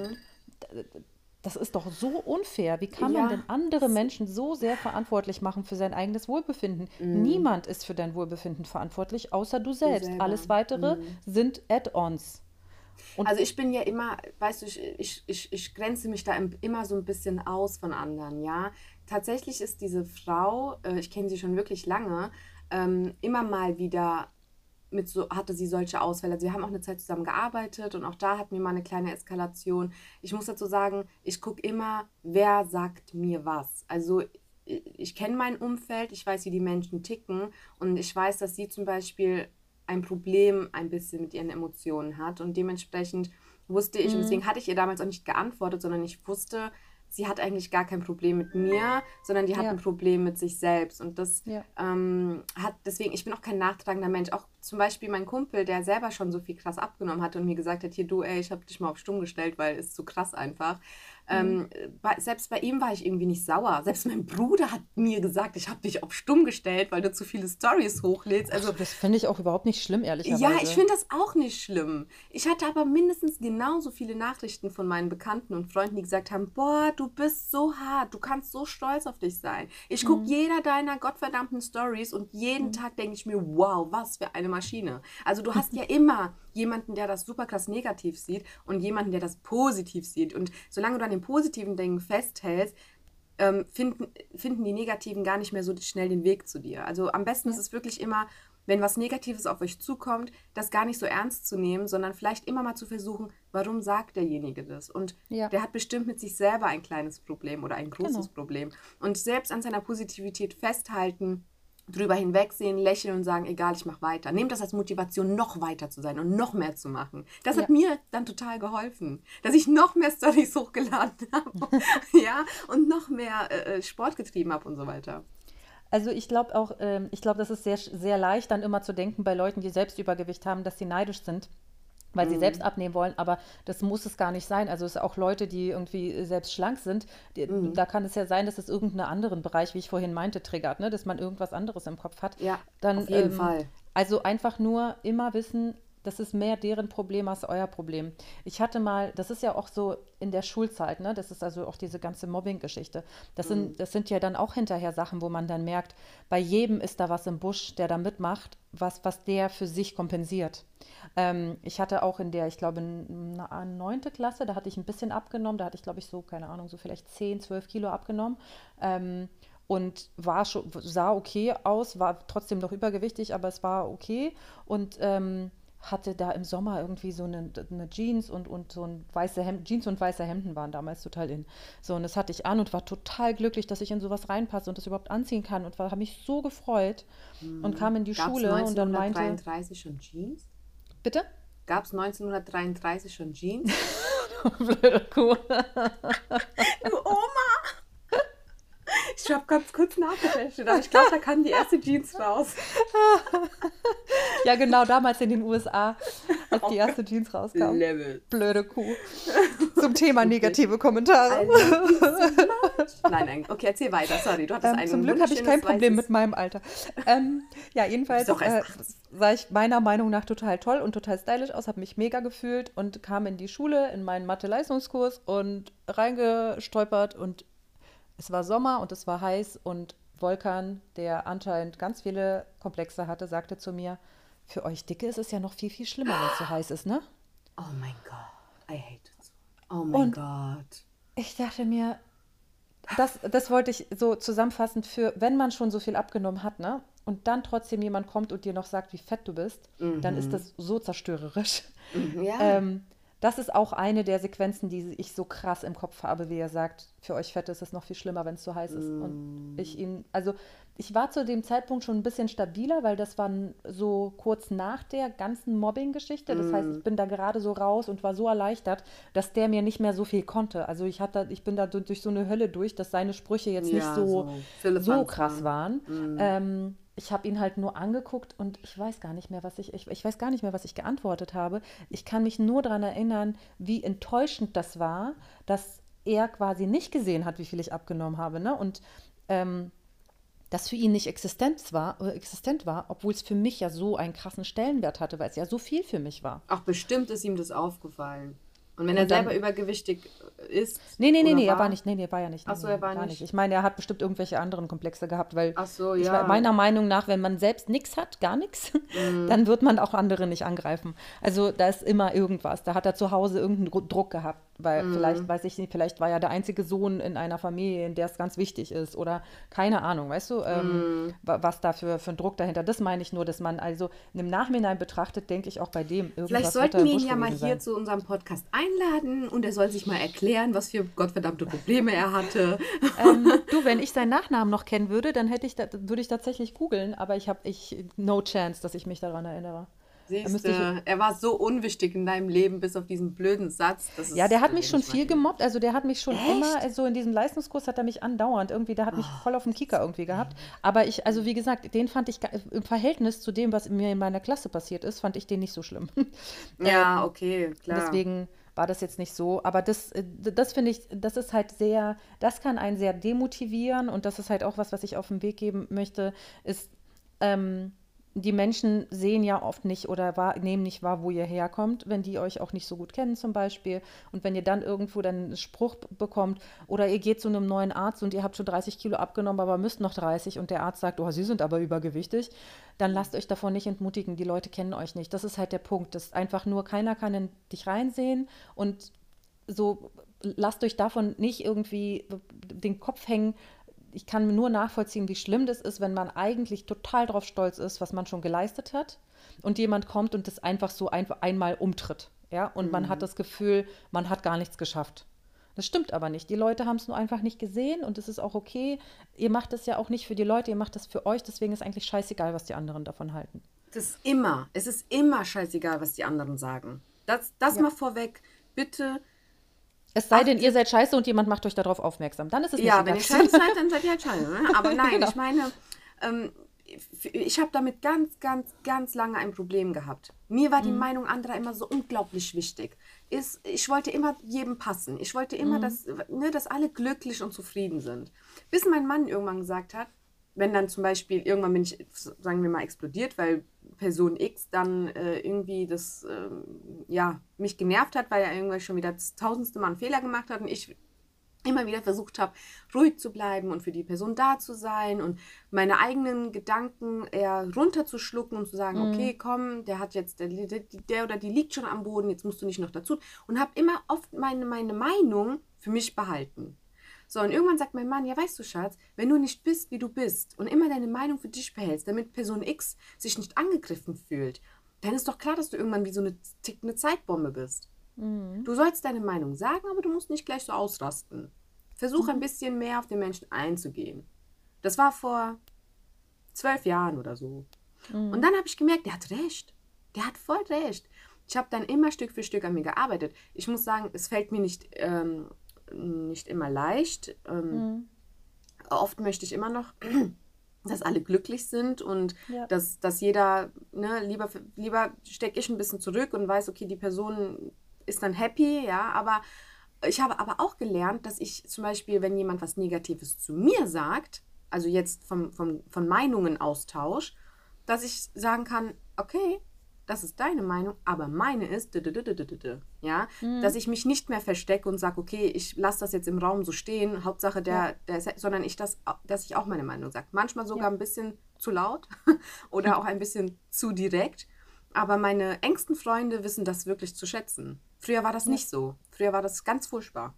Speaker 2: das ist doch so unfair. Wie kann man denn andere Menschen so sehr verantwortlich machen für sein eigenes Wohlbefinden? Niemand ist für dein Wohlbefinden verantwortlich, außer du selbst. Alles Weitere sind Add-ons.
Speaker 1: Also ich bin ja immer, weißt du, ich grenze mich da immer so ein bisschen aus von anderen, ja. Tatsächlich ist diese Frau, ich kenne sie schon wirklich lange, immer mal wieder hatte sie solche Ausfälle. Also wir haben auch eine Zeit zusammen gearbeitet und auch da hatten wir mal eine kleine Eskalation. Ich muss dazu sagen, ich gucke immer, wer sagt mir was. Also ich kenne mein Umfeld, ich weiß, wie die Menschen ticken und ich weiß, dass sie zum Beispiel ein Problem ein bisschen mit ihren Emotionen hat und dementsprechend wusste ich, und deswegen hatte ich ihr damals auch nicht geantwortet, sondern ich wusste, sie hat eigentlich gar kein Problem mit mir, sondern die hat ein Problem mit sich selbst. Und das deswegen, ich bin auch kein nachtragender Mensch. Auch zum Beispiel mein Kumpel, der selber schon so viel krass abgenommen hatte und mir gesagt hat, hier du, ey, ich habe dich mal auf stumm gestellt, weil es zu krass einfach. Selbst bei ihm war ich irgendwie nicht sauer. Selbst mein Bruder hat mir gesagt, ich habe dich auf stumm gestellt, weil du zu viele Storys hochlädst. Also,
Speaker 2: das finde ich auch überhaupt nicht schlimm, ehrlicherweise.
Speaker 1: Ja, ich finde das auch nicht schlimm. Ich hatte aber mindestens genauso viele Nachrichten von meinen Bekannten und Freunden, die gesagt haben, boah, du bist so hart, du kannst so stolz auf dich sein. Ich gucke jeder deiner gottverdammten Stories und jeden Tag denke ich mir, wow, was für eine Maschine. Also du hast ja immer jemanden, der das super krass negativ sieht und jemanden, der das positiv sieht. Und solange du an den positiven Dingen festhältst, finden die negativen gar nicht mehr so schnell den Weg zu dir. Also am besten ist es wirklich immer, wenn was Negatives auf euch zukommt, das gar nicht so ernst zu nehmen, sondern vielleicht immer mal zu versuchen, warum sagt derjenige das? Und
Speaker 2: Ja,
Speaker 1: der hat bestimmt mit sich selber ein kleines Problem oder ein großes
Speaker 2: genau.
Speaker 1: Problem. Und selbst an seiner Positivität festhalten, drüber hinwegsehen, lächeln und sagen, egal, ich mache weiter. Nehmt das als Motivation, noch weiter zu sein und noch mehr zu machen. Das
Speaker 2: Ja.
Speaker 1: hat mir dann total geholfen, dass ich noch mehr Storys hochgeladen habe, ja, und noch mehr Sport getrieben habe und so weiter.
Speaker 2: Also ich glaube auch, das ist sehr, sehr leicht dann immer zu denken bei Leuten, die selbst Übergewicht haben, dass sie neidisch sind, weil sie selbst abnehmen wollen, aber das muss es gar nicht sein. Also es auch Leute, die irgendwie selbst schlank sind, da kann es ja sein, dass es irgendeinen anderen Bereich, wie ich vorhin meinte, triggert, ne? Dass man irgendwas anderes im Kopf hat.
Speaker 1: Ja,
Speaker 2: Dann,
Speaker 1: auf jeden Fall.
Speaker 2: also einfach nur immer wissen, das ist mehr deren Problem als euer Problem. Ich hatte mal, das ist ja auch so in der Schulzeit, ne? Das ist also auch diese ganze Mobbing-Geschichte. Das sind ja dann auch hinterher Sachen, wo man dann merkt, bei jedem ist da was im Busch, der da mitmacht, was der für sich kompensiert. Ich hatte auch ich glaube, in der 9. Klasse, da hatte ich ein bisschen abgenommen, da hatte ich, glaube ich, so, keine Ahnung, so vielleicht 10, 12 Kilo abgenommen. Und sah okay aus, war trotzdem noch übergewichtig, aber es war okay. Und hatte da im Sommer irgendwie so eine Jeans und so ein weiße Hemd. Jeans und weiße Hemden waren damals total in. So, und das hatte ich an und war total glücklich, dass ich in sowas reinpasse und das überhaupt anziehen kann und habe mich so gefreut und kam in die
Speaker 1: Gab es
Speaker 2: Schule und dann meinte,
Speaker 1: 1933 schon Jeans?
Speaker 2: bitte?
Speaker 1: Gab es 1933 schon Jeans?
Speaker 2: Blöde Kuh.
Speaker 1: Du Oma! Ich habe ganz kurz nachgedacht, aber ich glaube, da kam die erste Jeans raus.
Speaker 2: Ja, genau, damals in den USA, als die erste Jeans rauskam.
Speaker 1: Level.
Speaker 2: Blöde Kuh. Zum Thema negative Kommentare.
Speaker 1: Nein, okay, erzähl weiter, sorry. Du hattest
Speaker 2: Zum Glück habe ich kein Problem mit meinem Alter. Ja, jedenfalls
Speaker 1: Bist doch erst 8.
Speaker 2: sah ich meiner Meinung nach total toll und total stylisch aus, habe mich mega gefühlt und kam in die Schule, in meinen Mathe-Leistungskurs und reingestolpert und es war Sommer und es war heiß und Volkan, der anscheinend ganz viele Komplexe hatte, sagte zu mir, für euch Dicke ist es ja noch viel, viel schlimmer, wenn es so heiß ist, ne?
Speaker 1: Oh mein Gott, I hate it. Oh mein
Speaker 2: Und
Speaker 1: Gott.
Speaker 2: ich dachte mir, das wollte ich so zusammenfassend für, wenn man schon so viel abgenommen hat, ne? Und dann trotzdem jemand kommt und dir noch sagt, wie fett du bist, dann ist das so zerstörerisch.
Speaker 1: Ja.
Speaker 2: Das ist auch eine der Sequenzen, die ich so krass im Kopf habe, wie er sagt, für euch Fette ist es noch viel schlimmer, wenn es so heiß ist. Und ich war zu dem Zeitpunkt schon ein bisschen stabiler, weil das war so kurz nach der ganzen Mobbing-Geschichte. Das heißt, ich bin da gerade so raus und war so erleichtert, dass der mir nicht mehr so viel konnte. Also ich bin da durch so eine Hölle durch, dass seine Sprüche jetzt nicht
Speaker 1: Ja,
Speaker 2: so
Speaker 1: Philipp
Speaker 2: krass waren. Ich habe ihn halt nur angeguckt und ich weiß gar nicht mehr, was ich weiß gar nicht mehr, was ich geantwortet habe. Ich kann mich nur daran erinnern, wie enttäuschend das war, dass er quasi nicht gesehen hat, wie viel ich abgenommen habe, ne? Und das für ihn nicht existent war, obwohl es für mich ja so einen krassen Stellenwert hatte, weil es ja so viel für mich war.
Speaker 1: Ach, bestimmt ist ihm das aufgefallen. Und wenn er
Speaker 2: Und dann-
Speaker 1: selber übergewichtig ist.
Speaker 2: Nee,
Speaker 1: oder
Speaker 2: er war nicht. Nee, war ja nicht.
Speaker 1: Ach so,
Speaker 2: Nee,
Speaker 1: er war
Speaker 2: gar
Speaker 1: nicht.
Speaker 2: Ich meine, er hat bestimmt irgendwelche anderen Komplexe gehabt, weil
Speaker 1: Ach so,
Speaker 2: ich
Speaker 1: ja.
Speaker 2: meiner Meinung nach, wenn man selbst nichts hat, gar nichts, dann wird man auch andere nicht angreifen. Also da ist immer irgendwas. Da hat er zu Hause irgendeinen Druck gehabt, weil vielleicht, weiß ich nicht, vielleicht war er der einzige Sohn in einer Familie, in der es ganz wichtig ist oder keine Ahnung, weißt du, was da für ein Druck dahinter. Das meine ich nur, dass man also im Nachhinein betrachtet, denke ich auch bei dem irgendwas
Speaker 1: Vielleicht
Speaker 2: wird da
Speaker 1: sollten
Speaker 2: im
Speaker 1: wir ihn
Speaker 2: Busch
Speaker 1: ja mal
Speaker 2: gewesen
Speaker 1: hier
Speaker 2: sein.
Speaker 1: zu unserem Podcast einladen und er soll sich mal erklären, was für gottverdammte Probleme er hatte.
Speaker 2: Du, wenn ich seinen Nachnamen noch kennen würde, dann würde ich tatsächlich googeln, aber no chance, dass ich mich daran erinnere.
Speaker 1: Siehst du, er war so unwichtig in deinem Leben, bis auf diesen blöden Satz.
Speaker 2: Ja, der hat mich schon viel gemobbt. Also der hat mich schon immer, so in diesem Leistungskurs hat er mich andauernd irgendwie, der hat mich voll auf dem Kicker irgendwie gehabt. Aber also wie gesagt, den fand ich im Verhältnis zu dem, was mir in meiner Klasse passiert ist, fand ich den nicht so schlimm.
Speaker 1: Ja, okay, klar.
Speaker 2: Deswegen war das jetzt nicht so. Aber das finde ich, das ist halt das kann einen sehr demotivieren und das ist halt auch was ich auf den Weg geben möchte, ist, die Menschen sehen ja oft nicht oder nehmen nicht wahr, wo ihr herkommt, wenn die euch auch nicht so gut kennen zum Beispiel. Und wenn ihr dann irgendwo dann einen Spruch bekommt oder ihr geht zu einem neuen Arzt und ihr habt schon 30 Kilo abgenommen, aber müsst noch 30 und der Arzt sagt, oh, Sie sind aber übergewichtig, dann lasst euch davon nicht entmutigen. Die Leute kennen euch nicht. Das ist halt der Punkt. Das ist einfach nur, keiner kann in dich reinsehen und so lasst euch davon nicht irgendwie den Kopf hängen. ich kann nur nachvollziehen, wie schlimm das ist, wenn man eigentlich total drauf stolz ist, was man schon geleistet hat und jemand kommt und das einfach so einmal umtritt. Ja? Und man hat das Gefühl, man hat gar nichts geschafft. Das stimmt aber nicht. Die Leute haben es nur einfach nicht gesehen und es ist auch okay. Ihr macht es ja auch nicht für die Leute, ihr macht es für euch. Deswegen ist eigentlich scheißegal, was die anderen davon halten.
Speaker 1: Es ist immer scheißegal, was die anderen sagen. Das mal vorweg, bitte.
Speaker 2: Es sei denn, ihr seid scheiße und jemand macht euch darauf aufmerksam. Dann ist es nicht
Speaker 1: Ja,
Speaker 2: egal.
Speaker 1: wenn ihr scheiße seid, dann seid ihr halt scheiße. Ne? Aber nein,
Speaker 2: Genau.
Speaker 1: ich meine, ich habe damit ganz, ganz, ganz lange ein Problem gehabt. Mir war die Meinung anderer immer so unglaublich wichtig. Ich wollte immer jedem passen. Ich wollte immer, dass alle glücklich und zufrieden sind. Bis mein Mann irgendwann gesagt hat, wenn dann zum Beispiel, irgendwann bin ich, sagen wir mal, explodiert, weil Person X dann irgendwie mich genervt hat, weil er irgendwann schon wieder das tausendste Mal einen Fehler gemacht hat und ich immer wieder versucht habe, ruhig zu bleiben und für die Person da zu sein und meine eigenen Gedanken eher runterzuschlucken und zu sagen, okay, komm, der oder die liegt schon am Boden, jetzt musst du nicht noch dazu. Und habe immer oft meine Meinung für mich behalten. So, und irgendwann sagt mein Mann, ja, weißt du, Schatz, wenn du nicht bist, wie du bist und immer deine Meinung für dich behältst, damit Person X sich nicht angegriffen fühlt, dann ist doch klar, dass du irgendwann wie so eine tickende Zeitbombe bist. Du sollst deine Meinung sagen, aber du musst nicht gleich so ausrasten. Versuch ein bisschen mehr auf den Menschen einzugehen. Das war vor 12 Jahren oder so. Und dann habe ich gemerkt, der hat recht. Der hat voll recht. Ich habe dann immer Stück für Stück an mir gearbeitet. Ich muss sagen, es fällt mir nicht immer leicht. Oft möchte ich immer noch, dass alle glücklich sind und dass jeder, lieber stecke ich ein bisschen zurück und weiß, okay, die Person ist dann happy, ja, aber ich habe aber auch gelernt, dass ich zum Beispiel, wenn jemand was Negatives zu mir sagt, also jetzt von Meinungen Austausch, dass ich sagen kann, okay, das ist deine Meinung, aber meine ist, ja, dass ich mich nicht mehr verstecke und sage, okay, ich lasse das jetzt im Raum so stehen, Hauptsache sondern dass ich auch meine Meinung sage. Manchmal sogar ein bisschen zu laut oder auch ein bisschen zu direkt, aber meine engsten Freunde wissen das wirklich zu schätzen. Früher war das nicht so. Früher war das ganz furchtbar.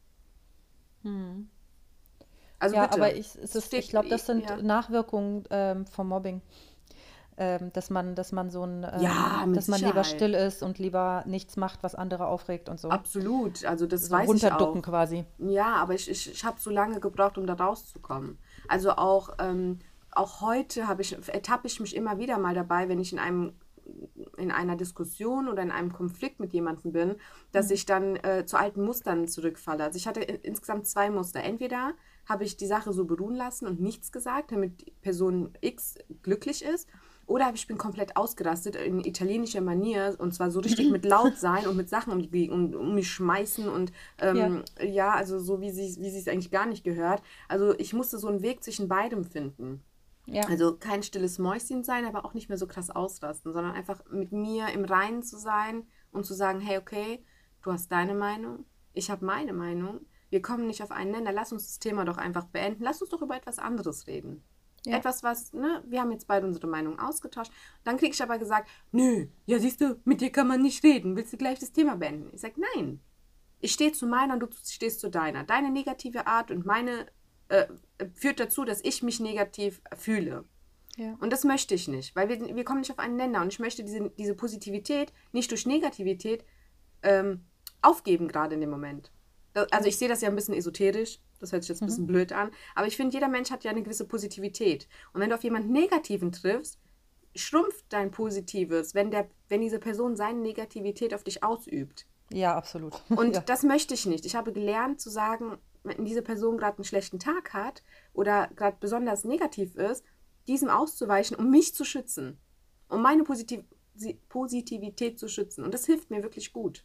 Speaker 1: Also
Speaker 2: Ja,
Speaker 1: bitte.
Speaker 2: aber ich glaube, das sind Nachwirkungen vom Mobbing. Dass man so ein,
Speaker 1: mit
Speaker 2: dass man lieber
Speaker 1: Sicherheit.
Speaker 2: still ist und lieber nichts macht, was andere aufregt und so.
Speaker 1: Absolut, also das
Speaker 2: So
Speaker 1: weiß ich
Speaker 2: runterducken
Speaker 1: auch.
Speaker 2: quasi.
Speaker 1: Ja, aber ich habe so lange gebraucht, um da rauszukommen. Also auch heute ertappe ich mich immer wieder mal dabei, wenn ich in einer Diskussion oder in einem Konflikt mit jemandem bin, dass ich dann zu alten Mustern zurückfalle. Also ich hatte insgesamt 2 Muster. Entweder habe ich die Sache so beruhen lassen und nichts gesagt, damit Person X glücklich ist, oder ich bin komplett ausgerastet in italienischer Manier und zwar so richtig mit laut sein und mit Sachen um mich schmeißen und also so wie sie es eigentlich gar nicht gehört. Also ich musste so einen Weg zwischen beidem finden.
Speaker 2: Ja.
Speaker 1: Also kein stilles Mäuschen sein, aber auch nicht mehr so krass ausrasten, sondern einfach mit mir im Reinen zu sein und zu sagen, hey, okay, du hast deine Meinung, ich habe meine Meinung, wir kommen nicht auf einen Nenner, lass uns das Thema doch einfach beenden, lass uns doch über etwas anderes reden.
Speaker 2: Ja.
Speaker 1: Etwas, wir haben jetzt beide unsere Meinung ausgetauscht. Dann krieg ich aber gesagt, nö, ja siehst du, mit dir kann man nicht reden, willst du gleich das Thema beenden? Ich sage, nein, ich stehe zu meiner und du stehst zu deiner. Deine negative Art und meine führt dazu, dass ich mich negativ fühle.
Speaker 2: Ja.
Speaker 1: Und das möchte ich nicht, weil wir kommen nicht auf einen Nenner und ich möchte diese Positivität nicht durch Negativität aufgeben, gerade in dem Moment. Also ich sehe das ja ein bisschen esoterisch, das hört sich jetzt ein bisschen blöd an, aber ich finde, jeder Mensch hat ja eine gewisse Positivität. Und wenn du auf jemanden Negativen triffst, schrumpft dein Positives, wenn diese Person seine Negativität auf dich ausübt.
Speaker 2: Ja, absolut.
Speaker 1: Und
Speaker 2: Ja.
Speaker 1: das möchte ich nicht. Ich habe gelernt zu sagen, wenn diese Person gerade einen schlechten Tag hat oder gerade besonders negativ ist, diesem auszuweichen, um mich zu schützen. Um meine Positivität zu schützen. Und das hilft mir wirklich gut.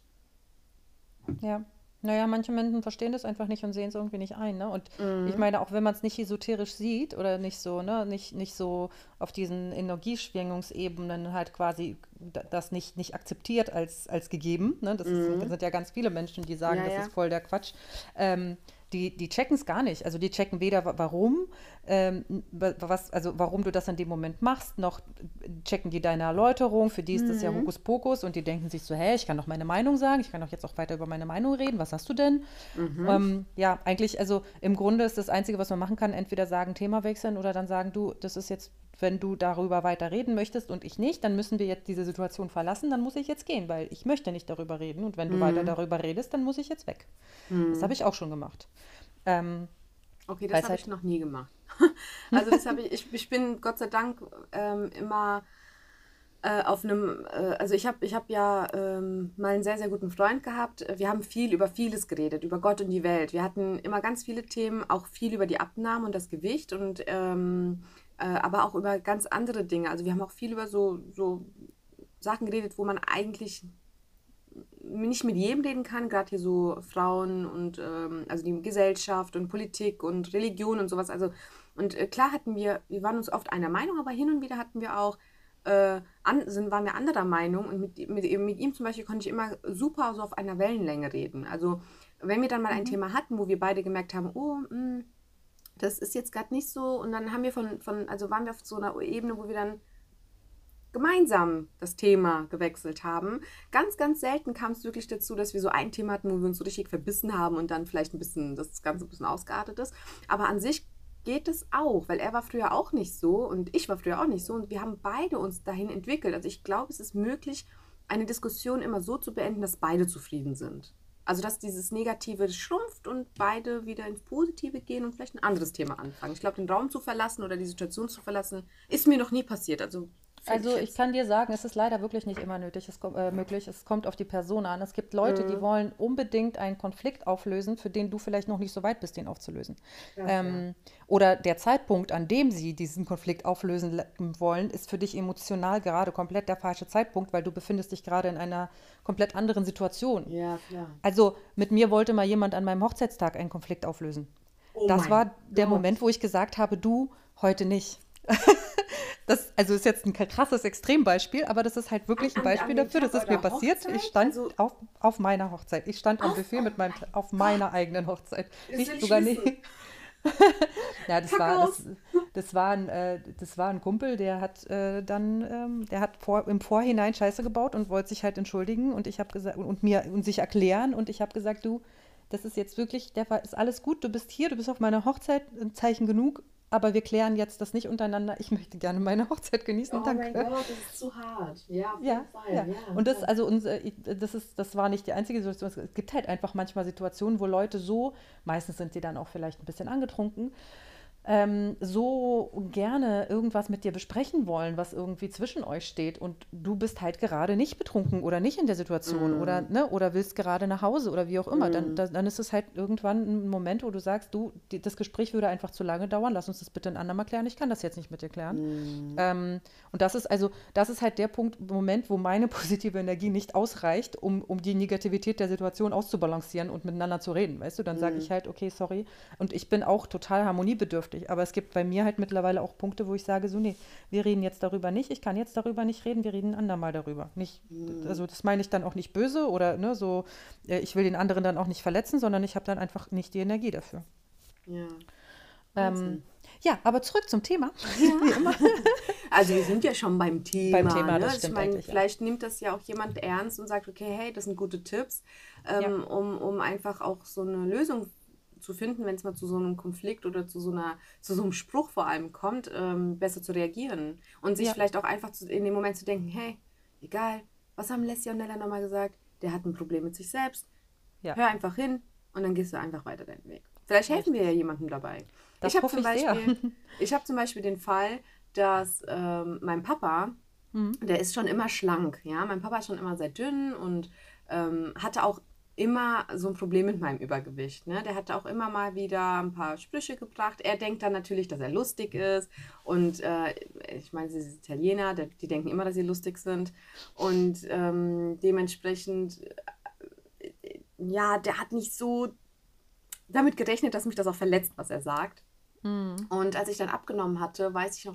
Speaker 2: Ja. Naja, manche Menschen verstehen das einfach nicht und sehen es irgendwie nicht ein, ne? Und ich meine, auch wenn man es nicht esoterisch sieht oder nicht so, ne, nicht so auf diesen Energieschwingungsebenen halt quasi das nicht akzeptiert als gegeben, ne? Das sind ja ganz viele Menschen, die sagen,
Speaker 1: Ja,
Speaker 2: das
Speaker 1: ja.
Speaker 2: ist voll der Quatsch. die checken es gar nicht. Also die checken weder warum, also warum du das in dem Moment machst, noch checken die deine Erläuterung. Für die ist das ja Hokuspokus und die denken sich so, hey, ich kann doch meine Meinung sagen, ich kann doch jetzt auch weiter über meine Meinung reden, was hast du denn? Ja, eigentlich, also im Grunde ist das Einzige, was man machen kann, entweder sagen, Thema wechseln oder dann sagen, du, das ist jetzt, wenn du darüber weiter reden möchtest und ich nicht, dann müssen wir jetzt diese Situation verlassen, dann muss ich jetzt gehen, weil ich möchte nicht darüber reden und wenn du weiter darüber redest, dann muss ich jetzt weg. Das habe ich auch schon gemacht.
Speaker 1: Okay,
Speaker 2: Weil
Speaker 1: das
Speaker 2: es
Speaker 1: habe ich
Speaker 2: halt,
Speaker 1: noch nie gemacht. Also das habe ich bin Gott sei Dank immer auf einem, also ich hab ja mal einen sehr, sehr guten Freund gehabt. Wir haben viel über vieles geredet, über Gott und die Welt. Wir hatten immer ganz viele Themen, auch viel über die Abnahme und das Gewicht und aber auch über ganz andere Dinge. Also wir haben auch viel über so Sachen geredet, wo man eigentlich nicht mit jedem reden kann, gerade hier so Frauen und also die Gesellschaft und Politik und Religion und sowas. Also, und klar wir waren uns oft einer Meinung, aber hin und wieder hatten wir auch, waren wir anderer Meinung und mit ihm zum Beispiel konnte ich immer super so auf einer Wellenlänge reden. Also, wenn wir dann mal ein Thema hatten, wo wir beide gemerkt haben, oh, das ist jetzt gerade nicht so, und dann haben wir also waren wir auf so einer Ebene, wo wir dann gemeinsam das Thema gewechselt haben. Ganz, ganz selten kam es wirklich dazu, dass wir so ein Thema hatten, wo wir uns so richtig verbissen haben und dann vielleicht das Ganze ein bisschen ausgeartet ist. Aber an sich geht es auch, weil er war früher auch nicht so und ich war früher auch nicht so und wir haben beide uns dahin entwickelt. Also ich glaube, es ist möglich, eine Diskussion immer so zu beenden, dass beide zufrieden sind. Also dass dieses Negative schrumpft und beide wieder ins Positive gehen und vielleicht ein anderes Thema anfangen. Ich glaube, den Raum zu verlassen oder die Situation zu verlassen, ist mir noch nie passiert. Also finde ich
Speaker 2: also ich
Speaker 1: jetzt.
Speaker 2: kann dir sagen, es ist leider wirklich nicht immer möglich. Es kommt auf die Person an. Es gibt Leute, die wollen unbedingt einen Konflikt auflösen, für den du vielleicht noch nicht so weit bist, den aufzulösen.
Speaker 1: Krass, ja.
Speaker 2: Oder der Zeitpunkt, an dem sie diesen Konflikt auflösen wollen, ist für dich emotional gerade komplett der falsche Zeitpunkt, weil du befindest dich gerade in einer komplett anderen Situation.
Speaker 1: Ja, klar.
Speaker 2: Also mit mir wollte mal jemand an meinem Hochzeitstag einen Konflikt auflösen.
Speaker 1: Oh
Speaker 2: Das
Speaker 1: mein
Speaker 2: war der
Speaker 1: Gott.
Speaker 2: Moment, wo ich gesagt habe, du, heute nicht. Das also ist jetzt ein krasses Extrembeispiel, aber das ist halt wirklich ein
Speaker 1: An
Speaker 2: Beispiel
Speaker 1: dem
Speaker 2: dafür,
Speaker 1: Tag
Speaker 2: das ist mir
Speaker 1: eurer
Speaker 2: passiert. Ich
Speaker 1: Hochzeit?
Speaker 2: stand
Speaker 1: Also,
Speaker 2: auf meiner Hochzeit. Ich stand am Buffet
Speaker 1: oh
Speaker 2: mit meinem,
Speaker 1: mein
Speaker 2: auf
Speaker 1: Gott.
Speaker 2: meiner eigenen Hochzeit.
Speaker 1: Das will
Speaker 2: Nicht
Speaker 1: ich
Speaker 2: sogar
Speaker 1: wissen.
Speaker 2: nicht. Ja,
Speaker 1: Pack aus.
Speaker 2: das war ein Kumpel, der hat der hat im Vorhinein Scheiße gebaut und wollte sich halt entschuldigen und ich habe gesagt und sich erklären und ich habe gesagt, du, das ist jetzt wirklich, ist alles gut, du bist hier, du bist auf meiner Hochzeit, ein Zeichen genug, aber wir klären jetzt das nicht untereinander. Ich möchte gerne meine Hochzeit genießen,
Speaker 1: Oh mein
Speaker 2: danke.
Speaker 1: Gott, das ist zu hart. Ja, auf
Speaker 2: Ja,
Speaker 1: jeden Fall.
Speaker 2: ja.
Speaker 1: Ja,
Speaker 2: Und
Speaker 1: ja.
Speaker 2: das war nicht die einzige Situation. Es gibt halt einfach manchmal Situationen, wo Leute so, meistens sind die dann auch vielleicht ein bisschen angetrunken, so gerne irgendwas mit dir besprechen wollen, was irgendwie zwischen euch steht und du bist halt gerade nicht betrunken oder nicht in der Situation oder,
Speaker 1: Mm,
Speaker 2: ne, oder willst gerade nach Hause oder wie auch immer,
Speaker 1: mm,
Speaker 2: dann ist es halt irgendwann ein Moment, wo du sagst, du, das Gespräch würde einfach zu lange dauern, lass uns das bitte ein andermal klären, ich kann das jetzt nicht mit dir klären.
Speaker 1: mm.
Speaker 2: Und das ist halt der Moment, wo meine positive Energie nicht ausreicht, um die Negativität der Situation auszubalancieren und miteinander zu reden, weißt du? Dann sage ich halt, okay, sorry. Und ich bin auch total harmoniebedürftig, aber es gibt bei mir halt mittlerweile auch Punkte, wo ich sage, so, nee, wir reden jetzt darüber nicht, ich kann jetzt darüber nicht reden, wir reden ein andermal darüber. Nicht, also das meine ich dann auch nicht böse oder ne, so, ich will den anderen dann auch nicht verletzen, sondern ich habe dann einfach nicht die Energie dafür.
Speaker 1: Ja,
Speaker 2: Ähm,
Speaker 1: Wahnsinn.
Speaker 2: ja, aber zurück zum Thema.
Speaker 1: Ja.
Speaker 2: Wie immer.
Speaker 1: Also wir sind ja schon beim
Speaker 2: Beim
Speaker 1: Thema,
Speaker 2: Thema,
Speaker 1: ne?
Speaker 2: das
Speaker 1: Ich
Speaker 2: stimmt
Speaker 1: meine,
Speaker 2: eigentlich, ja.
Speaker 1: vielleicht nimmt das ja auch jemand ernst und sagt, okay, hey, das sind gute Tipps,
Speaker 2: Ja.
Speaker 1: um einfach auch so eine Lösung zu finden, wenn es mal zu so einem Konflikt oder zu so einem Spruch vor allem kommt, besser zu reagieren. Und sich
Speaker 2: Ja.
Speaker 1: vielleicht auch einfach in dem Moment zu denken, hey, egal, was haben Leslie und Nella nochmal gesagt? Der hat ein Problem mit sich selbst.
Speaker 2: Ja,
Speaker 1: Hör einfach hin und dann gehst du einfach weiter deinen Weg. Vielleicht helfen wir ja
Speaker 2: richtig.
Speaker 1: jemandem dabei. Ich
Speaker 2: Das
Speaker 1: habe
Speaker 2: hoffe
Speaker 1: zum
Speaker 2: ich sehr.
Speaker 1: Beispiel, ich habe zum Beispiel den Fall, dass mein Papa,
Speaker 2: Mhm.
Speaker 1: der ist schon immer schlank, ja. Mein Papa ist schon immer sehr dünn und hatte auch immer so ein Problem mit meinem Übergewicht. Ne? Der hatte auch immer mal wieder ein paar Sprüche gebracht. Er denkt dann natürlich, dass er lustig ist. Und ich meine, sie sind Italiener, die denken immer, dass sie lustig sind. Und dementsprechend, ja, der hat nicht so damit gerechnet, dass mich das auch verletzt, was er sagt.
Speaker 2: Mhm.
Speaker 1: Und als ich dann abgenommen hatte, weiß ich noch,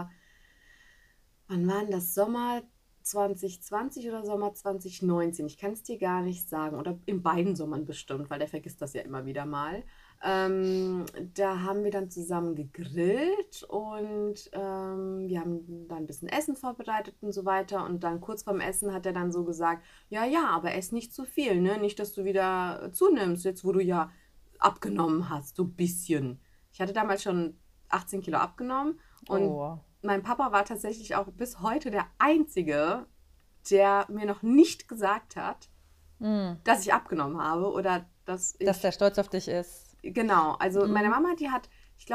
Speaker 1: wann war denn das? Sommer 2020 oder Sommer 2019? Ich kann es dir gar nicht sagen. Oder in beiden Sommern bestimmt, weil der vergisst das ja immer wieder mal. Da haben wir dann zusammen gegrillt und wir haben dann ein bisschen Essen vorbereitet und so weiter. Und dann kurz vorm Essen hat er dann so gesagt, ja, aber ess nicht zu viel, ne? Nicht, dass du wieder zunimmst, jetzt wo du ja abgenommen hast, so ein bisschen. Ich hatte damals schon 18 Kilo abgenommen und
Speaker 2: Oh.
Speaker 1: mein Papa war tatsächlich auch bis heute der Einzige, der mir noch nicht gesagt hat, dass ich abgenommen habe oder dass
Speaker 2: Dass der
Speaker 1: ich,
Speaker 2: stolz auf dich ist.
Speaker 1: genau, also meine
Speaker 2: Mhm.
Speaker 1: Mama, die hat,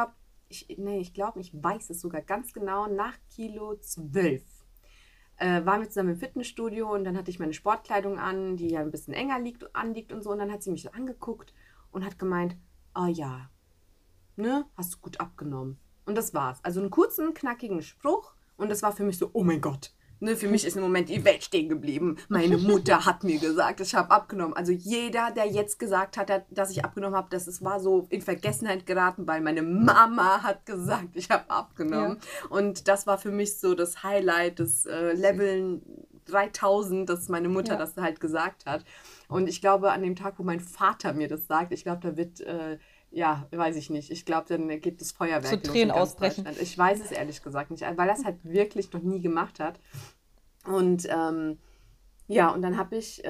Speaker 1: ich weiß es sogar ganz genau, nach Kilo 12 waren wir zusammen im Fitnessstudio und dann hatte ich meine Sportkleidung an, die ja ein bisschen enger anliegt und so und dann hat sie mich so angeguckt und hat gemeint, ah ja, ne, hast du gut abgenommen. Und das war's. Also einen kurzen, knackigen Spruch und das war für mich so, oh mein Gott. Ne, für mich ist im Moment die Welt stehen geblieben. Meine Mutter hat mir gesagt, ich habe abgenommen. Also jeder, der jetzt gesagt hat, dass ich abgenommen habe, war so in Vergessenheit geraten, weil meine Mama hat gesagt, ich habe
Speaker 2: Ja,
Speaker 1: abgenommen. Und das war für mich so das Highlight, das
Speaker 2: süß.
Speaker 1: Level 3000, dass meine Mutter
Speaker 2: Ja.
Speaker 1: das halt gesagt hat. Und ich glaube, an dem Tag, wo mein Vater mir das sagt, ich glaube, da wird ja, weiß ich nicht. Ich glaube, dann geht das
Speaker 2: Zu
Speaker 1: Feuerwerk los in
Speaker 2: Tränen
Speaker 1: ganz
Speaker 2: ausbrechen.
Speaker 1: Deutschland. Ich weiß es ehrlich gesagt nicht, weil er es halt wirklich noch nie gemacht hat. Und ja, und dann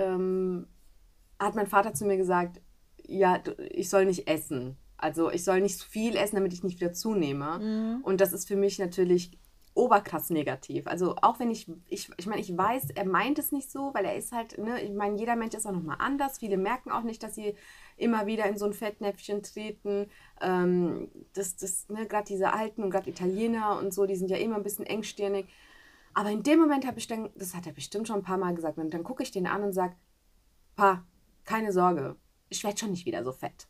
Speaker 1: hat mein Vater zu mir gesagt, ja, ich soll nicht essen. Also ich soll nicht so viel essen, damit ich nicht wieder zunehme.
Speaker 2: Mhm.
Speaker 1: Und das ist für mich natürlich oberkrass negativ. Also auch wenn ich meine, ich weiß, er meint es nicht so, weil er ist halt, ne, ich meine, jeder Mensch ist auch nochmal anders. Viele merken auch nicht, dass sie immer wieder in so ein Fettnäpfchen treten. Ne, gerade diese Alten und gerade Italiener und so, die sind ja immer ein bisschen engstirnig. Aber in dem Moment habe ich dann, das hat er bestimmt schon ein paar Mal gesagt, und dann gucke ich den an und sage, Pa, keine Sorge, ich werde schon nicht wieder so fett.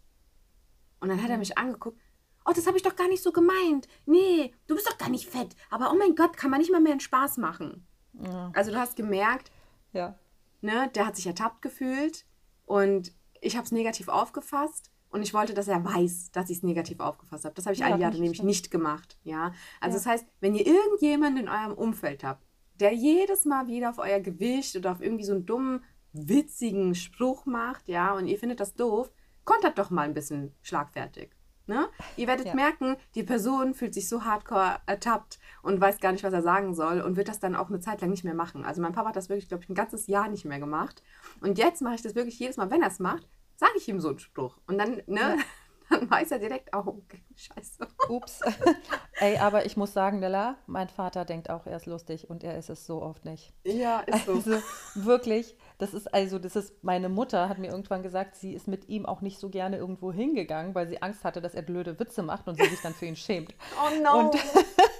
Speaker 1: Und dann hat er
Speaker 2: Mhm.
Speaker 1: mich angeguckt, oh, das habe ich doch gar nicht so gemeint. Nee, du bist doch gar nicht fett. Aber oh mein Gott, kann man nicht mal mehr einen Spaß machen.
Speaker 2: Ja.
Speaker 1: Also du hast gemerkt,
Speaker 2: Ja.
Speaker 1: ne, der hat sich ertappt gefühlt und ich habe es negativ aufgefasst. Und ich wollte, dass er weiß, dass ich es negativ aufgefasst habe. Das habe ich all
Speaker 2: Ja,
Speaker 1: die
Speaker 2: kann
Speaker 1: Jahre
Speaker 2: ich
Speaker 1: nämlich
Speaker 2: verstehen.
Speaker 1: nicht gemacht. Ja? Also
Speaker 2: Ja.
Speaker 1: das heißt, wenn ihr irgendjemanden in eurem Umfeld habt, der jedes Mal wieder auf euer Gewicht oder auf irgendwie so einen dummen, witzigen Spruch macht, ja, und ihr findet das doof, kontert doch mal ein bisschen schlagfertig. Ne? Ihr werdet
Speaker 2: Ja.
Speaker 1: merken, die Person fühlt sich so hardcore ertappt und weiß gar nicht, was er sagen soll und wird das dann auch eine Zeit lang nicht mehr machen. Also mein Papa hat das wirklich, glaube ich, ein ganzes Jahr nicht mehr gemacht. Und jetzt mache ich das wirklich jedes Mal, wenn er es macht, sage ich ihm so einen Spruch. Und dann, ne,
Speaker 2: Ja.
Speaker 1: dann weiß er direkt, oh, okay, scheiße.
Speaker 2: Ups. Ey, aber ich muss sagen, Nella, mein Vater denkt auch, er ist lustig und er ist es so oft nicht.
Speaker 1: Ja, ist so.
Speaker 2: Also wirklich, das ist, meine Mutter hat mir irgendwann gesagt, sie ist mit ihm auch nicht so gerne irgendwo hingegangen, weil sie Angst hatte, dass er blöde Witze macht und sie sich dann für ihn schämt.
Speaker 1: Oh
Speaker 2: Und,
Speaker 1: no.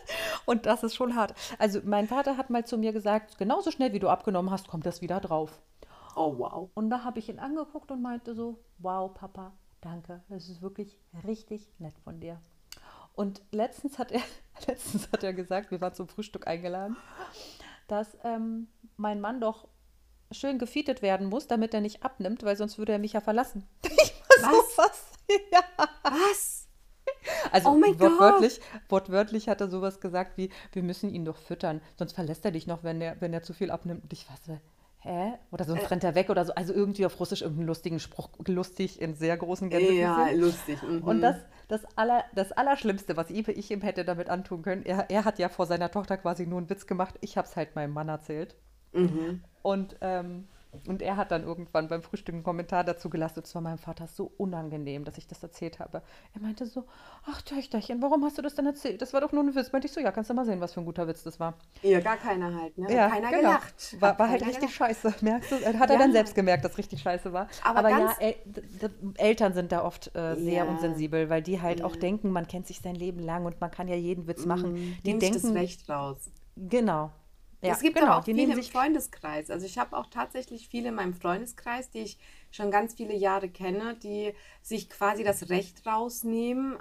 Speaker 2: und das ist schon hart. Also mein Vater hat mal zu mir gesagt, genauso schnell wie du abgenommen hast, kommt das wieder drauf.
Speaker 1: Oh, wow.
Speaker 2: Und da habe ich ihn angeguckt und meinte so, wow, Papa, danke, das ist wirklich richtig nett von dir. Und letztens hat er gesagt, wir waren zum Frühstück eingeladen, dass mein Mann doch schön gefeedet werden muss, damit er nicht abnimmt, weil sonst würde er mich ja verlassen. Ich war so
Speaker 1: Was?
Speaker 2: was. Ja.
Speaker 1: Was?
Speaker 2: Also
Speaker 1: Oh mein Gott.
Speaker 2: wortwörtlich hat er sowas gesagt wie, wir müssen ihn doch füttern, sonst verlässt er dich noch, wenn er zu viel abnimmt. Und ich war so, hä? Oder sonst rennt er weg oder so. Also irgendwie auf Russisch irgendeinen lustigen Spruch, lustig in sehr großen
Speaker 1: Ja,
Speaker 2: Gänsefüßchen.
Speaker 1: lustig.
Speaker 2: Und
Speaker 1: Mhm.
Speaker 2: das Allerschlimmste, was ich ihm hätte damit antun können, er hat ja vor seiner Tochter quasi nur einen Witz gemacht. Ich habe es halt meinem Mann erzählt.
Speaker 1: Mhm.
Speaker 2: Und er hat dann irgendwann beim Frühstück einen Kommentar dazu gelassen. Und es war meinem Vater so unangenehm, dass ich das erzählt habe. Er meinte so, ach Töchterchen, warum hast du das denn erzählt? Das war doch nur ein Witz. Meinte ich so, ja, kannst du mal sehen, was für ein guter Witz das war.
Speaker 1: Ja, gar keiner halt, ne? Hat
Speaker 2: Ja,
Speaker 1: keiner
Speaker 2: genau.
Speaker 1: gelacht. Hat
Speaker 2: War halt
Speaker 1: keiner
Speaker 2: richtig
Speaker 1: gelacht.
Speaker 2: scheiße. Merkst du? Hat er
Speaker 1: Ja,
Speaker 2: dann selbst gemerkt, dass richtig scheiße war.
Speaker 1: aber
Speaker 2: Aber
Speaker 1: ganz,
Speaker 2: ja, Eltern sind da oft sehr
Speaker 1: ja,
Speaker 2: unsensibel, weil die halt auch
Speaker 1: ja.
Speaker 2: denken, man kennt sich sein Leben lang und man kann ja jeden Witz machen. Die
Speaker 1: Nehmen sich das
Speaker 2: denken,
Speaker 1: Recht raus.
Speaker 2: genau. Ja,
Speaker 1: Es gibt aber
Speaker 2: genau.
Speaker 1: auch
Speaker 2: Die
Speaker 1: viele
Speaker 2: nehmen
Speaker 1: im
Speaker 2: sich.
Speaker 1: Freundeskreis. Also ich habe auch tatsächlich viele in meinem Freundeskreis, die ich schon ganz viele Jahre kenne, die sich quasi das Recht rausnehmen,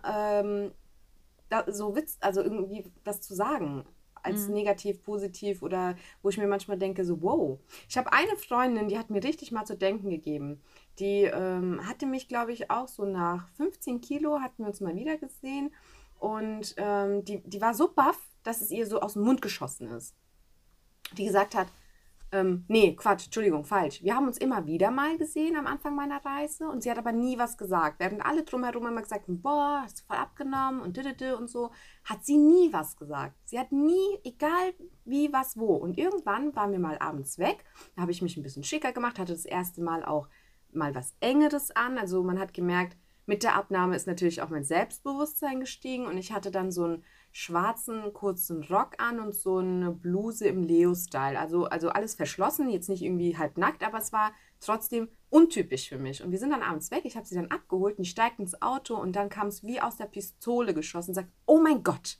Speaker 1: so Witz, also irgendwie das zu sagen, als
Speaker 2: Mm,
Speaker 1: negativ, positiv oder wo ich mir manchmal denke, so wow. Ich habe eine Freundin, die hat mir richtig mal zu denken gegeben. Die hatte mich, glaube ich, auch so nach 15 Kilo, hatten wir uns mal wieder gesehen und die war so baff, dass es ihr so aus dem Mund geschossen ist. Die gesagt hat, Nee, Quatsch, Entschuldigung, falsch. Wir haben uns immer wieder mal gesehen am Anfang meiner Reise und sie hat aber nie was gesagt. Während alle drumherum immer gesagt haben, boah, hast du voll abgenommen und und so, hat sie nie was gesagt. Sie hat nie, egal wie, was, wo. Und irgendwann waren wir mal abends weg, da habe ich mich ein bisschen schicker gemacht, hatte das erste Mal auch mal was Engeres an. Also man hat gemerkt, mit der Abnahme ist natürlich auch mein Selbstbewusstsein gestiegen und ich hatte dann so einen schwarzen kurzen Rock an und so eine Bluse im Leo-Style. Also alles verschlossen, jetzt nicht irgendwie halb nackt, aber es war trotzdem untypisch für mich. Und wir sind dann abends weg, ich habe sie dann abgeholt und ich steigte ins Auto und dann kam es wie aus der Pistole geschossen und sagt, oh mein Gott,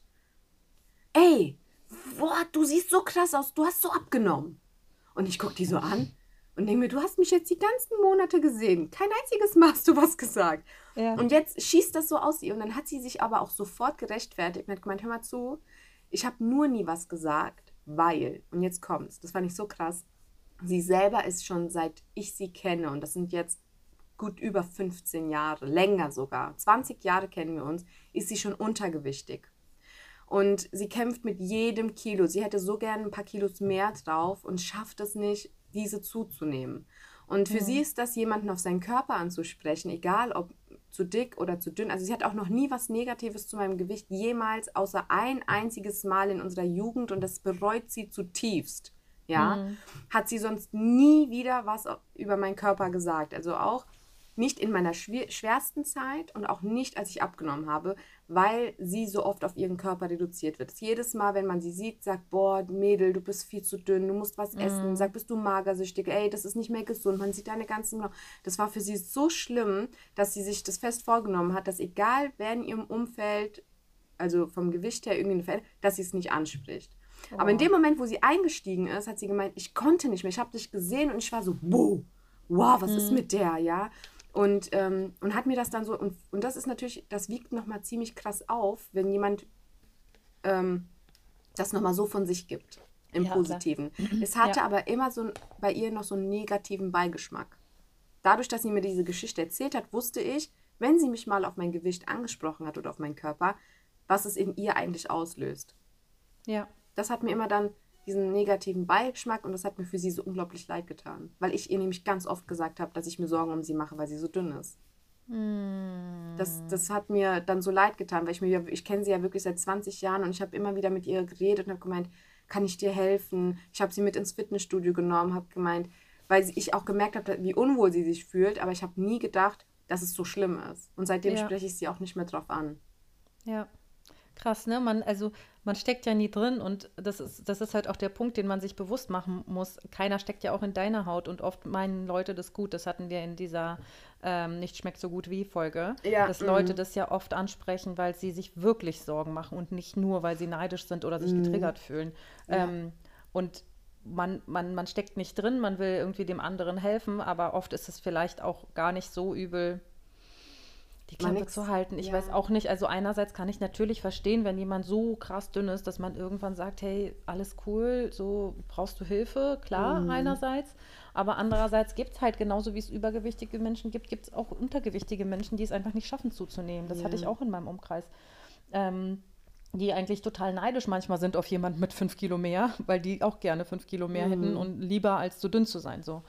Speaker 1: ey, boah, du siehst so krass aus, du hast so abgenommen. Und ich gucke die so an und denke mir, du hast mich jetzt die ganzen Monate gesehen. Kein einziges Mal hast du was gesagt.
Speaker 2: Ja.
Speaker 1: Und jetzt schießt das so aus ihr. Und dann hat sie sich aber auch sofort gerechtfertigt und hat gemeint, hör mal zu, ich habe nur nie was gesagt, weil, und jetzt kommt's, das fand ich so krass, sie selber ist schon seit ich sie kenne, und das sind jetzt gut über 15 Jahre, länger sogar, 20 Jahre kennen wir uns, ist sie schon untergewichtig. Und sie kämpft mit jedem Kilo. Sie hätte so gerne ein paar Kilos mehr drauf und schafft es nicht, diese zuzunehmen. Und für sie ist das, jemanden auf seinen Körper anzusprechen, egal ob zu dick oder zu dünn. Also sie hat auch noch nie was Negatives zu meinem Gewicht jemals, außer ein einziges Mal in unserer Jugend, und das bereut sie zutiefst. Ja, hat sie sonst nie wieder was über meinen Körper gesagt. Also auch nicht in meiner schwersten Zeit und auch nicht, als ich abgenommen habe, weil sie so oft auf ihren Körper reduziert wird. Jedes Mal, wenn man sie sieht, sagt, boah, Mädel, du bist viel zu dünn, du musst was essen, sagt, bist du magersüchtig, ey, das ist nicht mehr gesund, man sieht deine ganzen... Das war für sie so schlimm, dass sie sich das fest vorgenommen hat, dass egal, wer in ihrem Umfeld, also vom Gewicht her irgendwie eine Veränderung, dass sie es nicht anspricht. Aber in dem Moment, wo sie eingestiegen ist, hat sie gemeint, ich konnte nicht mehr, ich habe dich gesehen und ich war so, wow, was ist mit der, ja? Und hat mir das dann so, und das ist natürlich, das wiegt nochmal ziemlich krass auf, wenn jemand das nochmal so von sich gibt, im
Speaker 2: Ja,
Speaker 1: Positiven. Es hatte
Speaker 2: Ja.
Speaker 1: aber immer so bei ihr noch so einen negativen Beigeschmack. Dadurch, dass sie mir diese Geschichte erzählt hat, wusste ich, wenn sie mich mal auf mein Gewicht angesprochen hat oder auf meinen Körper, was es in ihr eigentlich auslöst.
Speaker 2: Ja.
Speaker 1: Das hat mir immer dann diesen negativen Beigeschmack, und das hat mir für sie so unglaublich leid getan. Weil ich ihr nämlich ganz oft gesagt habe, dass ich mir Sorgen um sie mache, weil sie so dünn ist. Das hat mir dann so leid getan, weil ich kenne sie ja wirklich seit 20 Jahren und ich habe immer wieder mit ihr geredet und habe gemeint, kann ich dir helfen? Ich habe sie mit ins Fitnessstudio genommen, habe gemeint, weil ich auch gemerkt habe, wie unwohl sie sich fühlt, aber ich habe nie gedacht, dass es so schlimm ist. Und seitdem
Speaker 2: Ja.
Speaker 1: spreche ich sie auch nicht mehr drauf an.
Speaker 2: Ja. Krass, ne? Man steckt ja nie drin und das ist halt auch der Punkt, den man sich bewusst machen muss. Keiner steckt ja auch in deiner Haut und oft meinen Leute das gut. Das hatten wir in dieser Nicht schmeckt so gut wie Folge,
Speaker 1: Ja,
Speaker 2: dass Leute das ja oft ansprechen, weil sie sich wirklich Sorgen machen und nicht nur, weil sie neidisch sind oder sich getriggert fühlen. Und man steckt nicht drin, man will irgendwie dem anderen helfen, aber oft ist es vielleicht auch gar nicht so übel, die Klappe zu halten. Ich weiß auch nicht, also einerseits kann ich natürlich verstehen, wenn jemand so krass dünn ist, dass man irgendwann sagt, hey, alles cool, so brauchst du Hilfe, klar, einerseits, aber andererseits gibt es halt genauso, wie es übergewichtige Menschen gibt, gibt es auch untergewichtige Menschen, die es einfach nicht schaffen zuzunehmen. Das hatte ich auch in meinem Umkreis. Die eigentlich total neidisch manchmal sind auf jemanden mit 5 Kilo mehr, weil die auch gerne 5 Kilo mehr hätten und lieber als zu dünn zu sein. So.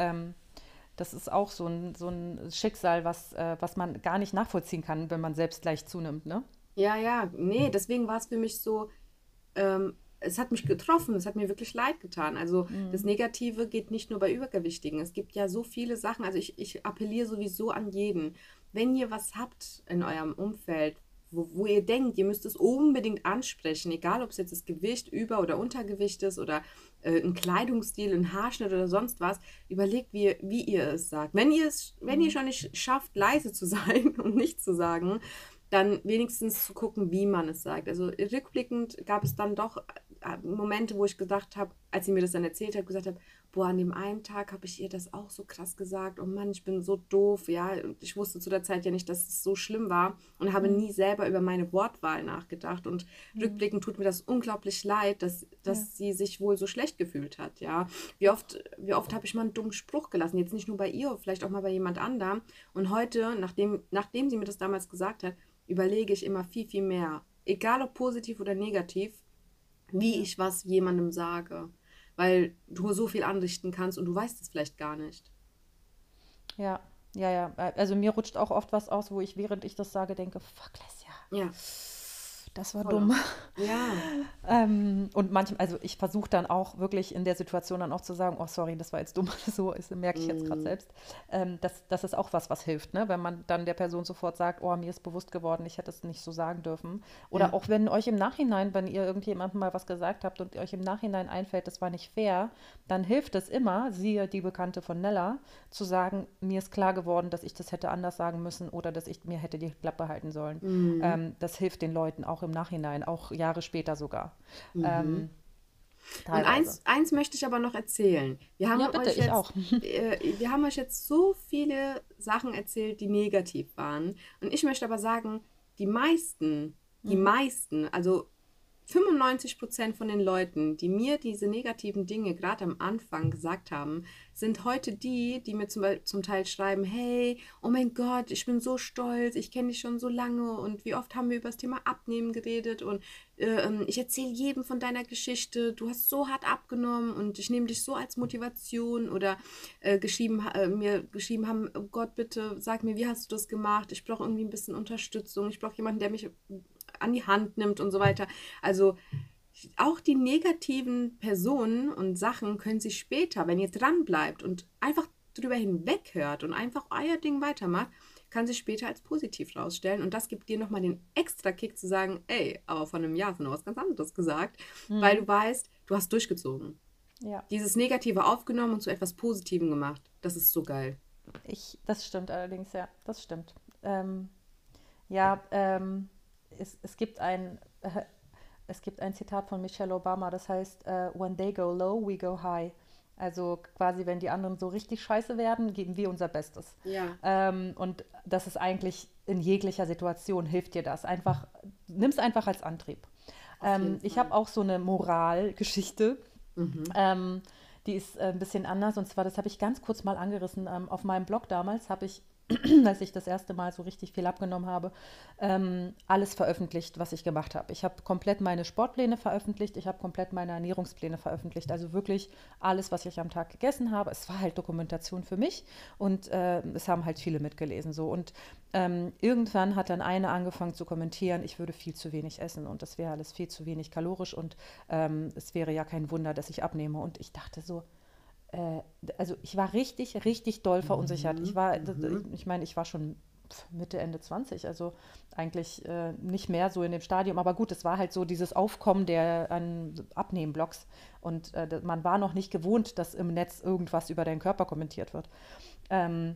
Speaker 2: Das ist auch so ein Schicksal, was man gar nicht nachvollziehen kann, wenn man selbst gleich zunimmt, ne?
Speaker 1: Ja, nee, deswegen war es für mich so, es hat mich getroffen, es hat mir wirklich leid getan. Also das Negative geht nicht nur bei Übergewichtigen. Es gibt ja so viele Sachen, also ich appelliere sowieso an jeden, wenn ihr was habt in eurem Umfeld, wo ihr denkt, ihr müsst es unbedingt ansprechen, egal ob es jetzt das Gewicht, Über- oder Untergewicht ist oder ein Kleidungsstil, ein Haarschnitt oder sonst was, überlegt, wie ihr es sagt. Wenn ihr schon nicht schafft, leise zu sein und nichts zu sagen, dann wenigstens zu gucken, wie man es sagt. Also rückblickend gab es dann doch Momente, wo ich gedacht habe, als sie mir das dann erzählt hat, gesagt habe, boah, an dem einen Tag habe ich ihr das auch so krass gesagt. Oh Mann, ich bin so doof, ja. Und ich wusste zu der Zeit ja nicht, dass es so schlimm war und habe nie selber über meine Wortwahl nachgedacht. Und rückblickend tut mir das unglaublich leid, dass sie sich wohl so schlecht gefühlt hat, ja. Wie oft habe ich mal einen dummen Spruch gelassen, jetzt nicht nur bei ihr, vielleicht auch mal bei jemand anderem. Und heute, nachdem sie mir das damals gesagt hat, überlege ich immer viel, viel mehr, egal ob positiv oder negativ, wie ich was jemandem sage. weil du so viel anrichten kannst und du weißt es vielleicht gar nicht.
Speaker 2: Ja, ja, ja. Also mir rutscht auch oft was aus, wo ich, während ich das sage, denke, fuck, Lesja,
Speaker 1: Ja,
Speaker 2: das war
Speaker 1: voll
Speaker 2: dumm.
Speaker 1: oft. Ja.
Speaker 2: Und manchmal, also ich versuche dann auch wirklich in der Situation dann auch zu sagen, oh sorry, das war jetzt dumm, so ist, merke ich jetzt gerade
Speaker 1: Mm,
Speaker 2: selbst. Das ist auch was hilft, ne? Wenn man dann der Person sofort sagt, oh, mir ist bewusst geworden, ich hätte es nicht so sagen dürfen. Oder
Speaker 1: ja.
Speaker 2: auch wenn euch im Nachhinein, wenn ihr irgendjemandem mal was gesagt habt und euch im Nachhinein einfällt, das war nicht fair, dann hilft es immer, siehe die Bekannte von Nella, zu sagen, mir ist klar geworden, dass ich das hätte anders sagen müssen oder dass ich mir hätte die Klappe halten sollen.
Speaker 1: Mm,
Speaker 2: Das hilft den Leuten auch im Nachhinein, auch Jahre später sogar.
Speaker 1: mhm.
Speaker 2: Ähm,
Speaker 1: Und
Speaker 2: teilweise.
Speaker 1: eins möchte ich aber noch erzählen.
Speaker 2: Ja, bitte, ich auch.
Speaker 1: Wir haben euch jetzt so viele Sachen erzählt, die negativ waren. Und ich möchte aber sagen, die
Speaker 2: Mhm.
Speaker 1: meisten, also 95% von den Leuten, die mir diese negativen Dinge gerade am Anfang gesagt haben, sind heute die mir zum Teil schreiben, hey, oh mein Gott, ich bin so stolz, ich kenne dich schon so lange und wie oft haben wir über das Thema Abnehmen geredet und ich erzähle jedem von deiner Geschichte, du hast so hart abgenommen und ich nehme dich so als Motivation oder mir geschrieben haben, oh Gott, bitte sag mir, wie hast du das gemacht? Ich brauche irgendwie ein bisschen Unterstützung, ich brauche jemanden, der mich an die Hand nimmt und so weiter. Also auch die negativen Personen und Sachen können sich später, wenn ihr dran bleibt und einfach drüber hinweghört und einfach euer Ding weitermacht, kann sich später als positiv rausstellen. Und das gibt dir nochmal den extra Kick zu sagen, ey, aber vor einem Jahr hast du noch was ganz anderes gesagt, weil
Speaker 2: Mhm.
Speaker 1: du weißt, du hast durchgezogen.
Speaker 2: Ja,
Speaker 1: Dieses Negative aufgenommen und zu etwas Positivem gemacht. Das ist so geil.
Speaker 2: das stimmt allerdings, ja, das stimmt. Ja, es gibt es gibt ein Zitat von Michelle Obama, das heißt, when they go low, we go high. Also quasi, wenn die anderen so richtig scheiße werden, geben wir unser Bestes.
Speaker 1: Ja,
Speaker 2: Und das ist eigentlich in jeglicher Situation hilft dir das. Einfach, nimm es einfach als Antrieb.
Speaker 1: auf jeden
Speaker 2: Ich habe
Speaker 1: Fall.
Speaker 2: auch so eine Moralgeschichte.
Speaker 1: Mhm.
Speaker 2: Ähm, Die ist ein bisschen anders. Und zwar, das habe ich ganz kurz mal angerissen. Auf meinem Blog damals habe ich, als ich das erste Mal so richtig viel abgenommen habe, alles veröffentlicht, was ich gemacht habe. Ich habe komplett meine Sportpläne veröffentlicht, ich habe komplett meine Ernährungspläne veröffentlicht. Also wirklich alles, was ich am Tag gegessen habe. Es war halt Dokumentation für mich und es haben halt viele mitgelesen. So. Und irgendwann hat dann eine angefangen zu kommentieren, ich würde viel zu wenig essen und das wäre alles viel zu wenig kalorisch und es wäre ja kein Wunder, dass ich abnehme. Und ich dachte so, äh, also ich war richtig, richtig doll verunsichert.
Speaker 1: Mhm. Mhm.
Speaker 2: Ich meine, ich war schon Mitte, Ende 20, also eigentlich nicht mehr so in dem Stadium. Aber gut, es war halt so dieses Aufkommen der an Abnehmblogs und man war noch nicht gewohnt, dass im Netz irgendwas über deinen Körper kommentiert wird. Ähm,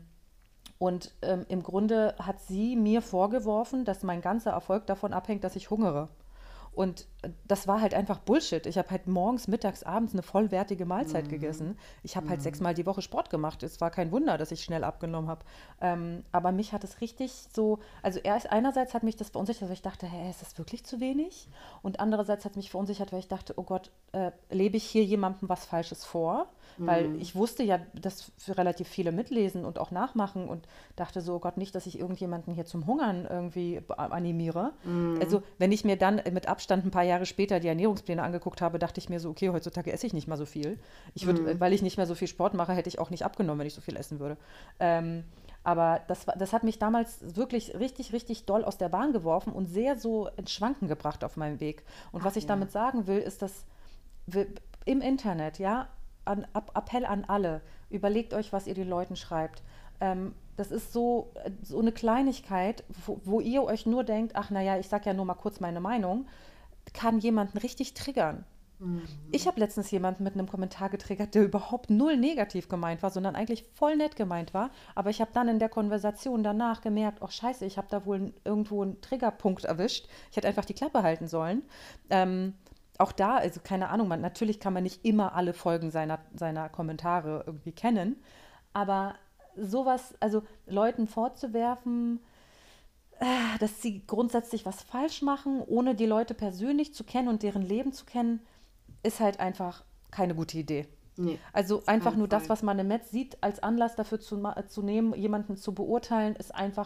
Speaker 2: Im Grunde hat sie mir vorgeworfen, dass mein ganzer Erfolg davon abhängt, dass ich hungere. Und das war halt einfach Bullshit. Ich habe halt morgens, mittags, abends eine vollwertige Mahlzeit
Speaker 1: Mhm.
Speaker 2: gegessen. Ich habe halt
Speaker 1: Mhm.
Speaker 2: 6-mal die Woche Sport gemacht. Es war kein Wunder, dass ich schnell abgenommen habe. Aber mich hat es richtig so, also erst einerseits hat mich das verunsichert, weil ich dachte, hä, ist das wirklich zu wenig? Und andererseits hat mich verunsichert, weil ich dachte, oh Gott, lebe ich hier jemandem was Falsches vor? Weil
Speaker 1: Mhm.
Speaker 2: ich wusste ja, dass für relativ viele mitlesen und auch nachmachen und dachte so, oh Gott, nicht, dass ich irgendjemanden hier zum Hungern irgendwie animiere.
Speaker 1: Mhm.
Speaker 2: Also wenn ich mir dann mit Abstand ein paar Jahre später die Ernährungspläne angeguckt habe, dachte ich mir so, okay, heutzutage esse ich nicht mal so viel. Ich würde,
Speaker 1: Mhm.
Speaker 2: weil ich nicht mehr so viel Sport mache, hätte ich auch nicht abgenommen, wenn ich so viel essen würde. Aber das hat mich damals wirklich richtig, richtig doll aus der Bahn geworfen und sehr so ins Schwanken gebracht auf meinem Weg. Und was
Speaker 1: Ach
Speaker 2: ich
Speaker 1: ja.
Speaker 2: damit sagen will, ist, dass wir, im Internet, ja, Appell an alle, überlegt euch, was ihr den Leuten schreibt. Das ist so eine Kleinigkeit, wo ihr euch nur denkt, ach naja, ich sag ja nur mal kurz meine Meinung, kann jemanden richtig triggern. Ich
Speaker 1: Mhm.
Speaker 2: habe letztens jemanden mit einem Kommentar getriggert, der überhaupt null negativ gemeint war, sondern eigentlich voll nett gemeint war. Aber ich habe dann in der Konversation danach gemerkt, oh scheiße, ich habe da wohl irgendwo einen Triggerpunkt erwischt. Ich hätte einfach die Klappe halten sollen. Ähm, Auch da, also keine Ahnung, natürlich kann man nicht immer alle Folgen seiner Kommentare irgendwie kennen, aber sowas, also Leuten vorzuwerfen, dass sie grundsätzlich was falsch machen, ohne die Leute persönlich zu kennen und deren Leben zu kennen, ist halt einfach keine gute Idee.
Speaker 1: Nee,
Speaker 2: Also
Speaker 1: auf
Speaker 2: einfach
Speaker 1: keinen
Speaker 2: nur das,
Speaker 1: Fall.
Speaker 2: was man im Netz sieht, als Anlass dafür zu nehmen, jemanden zu beurteilen, ist einfach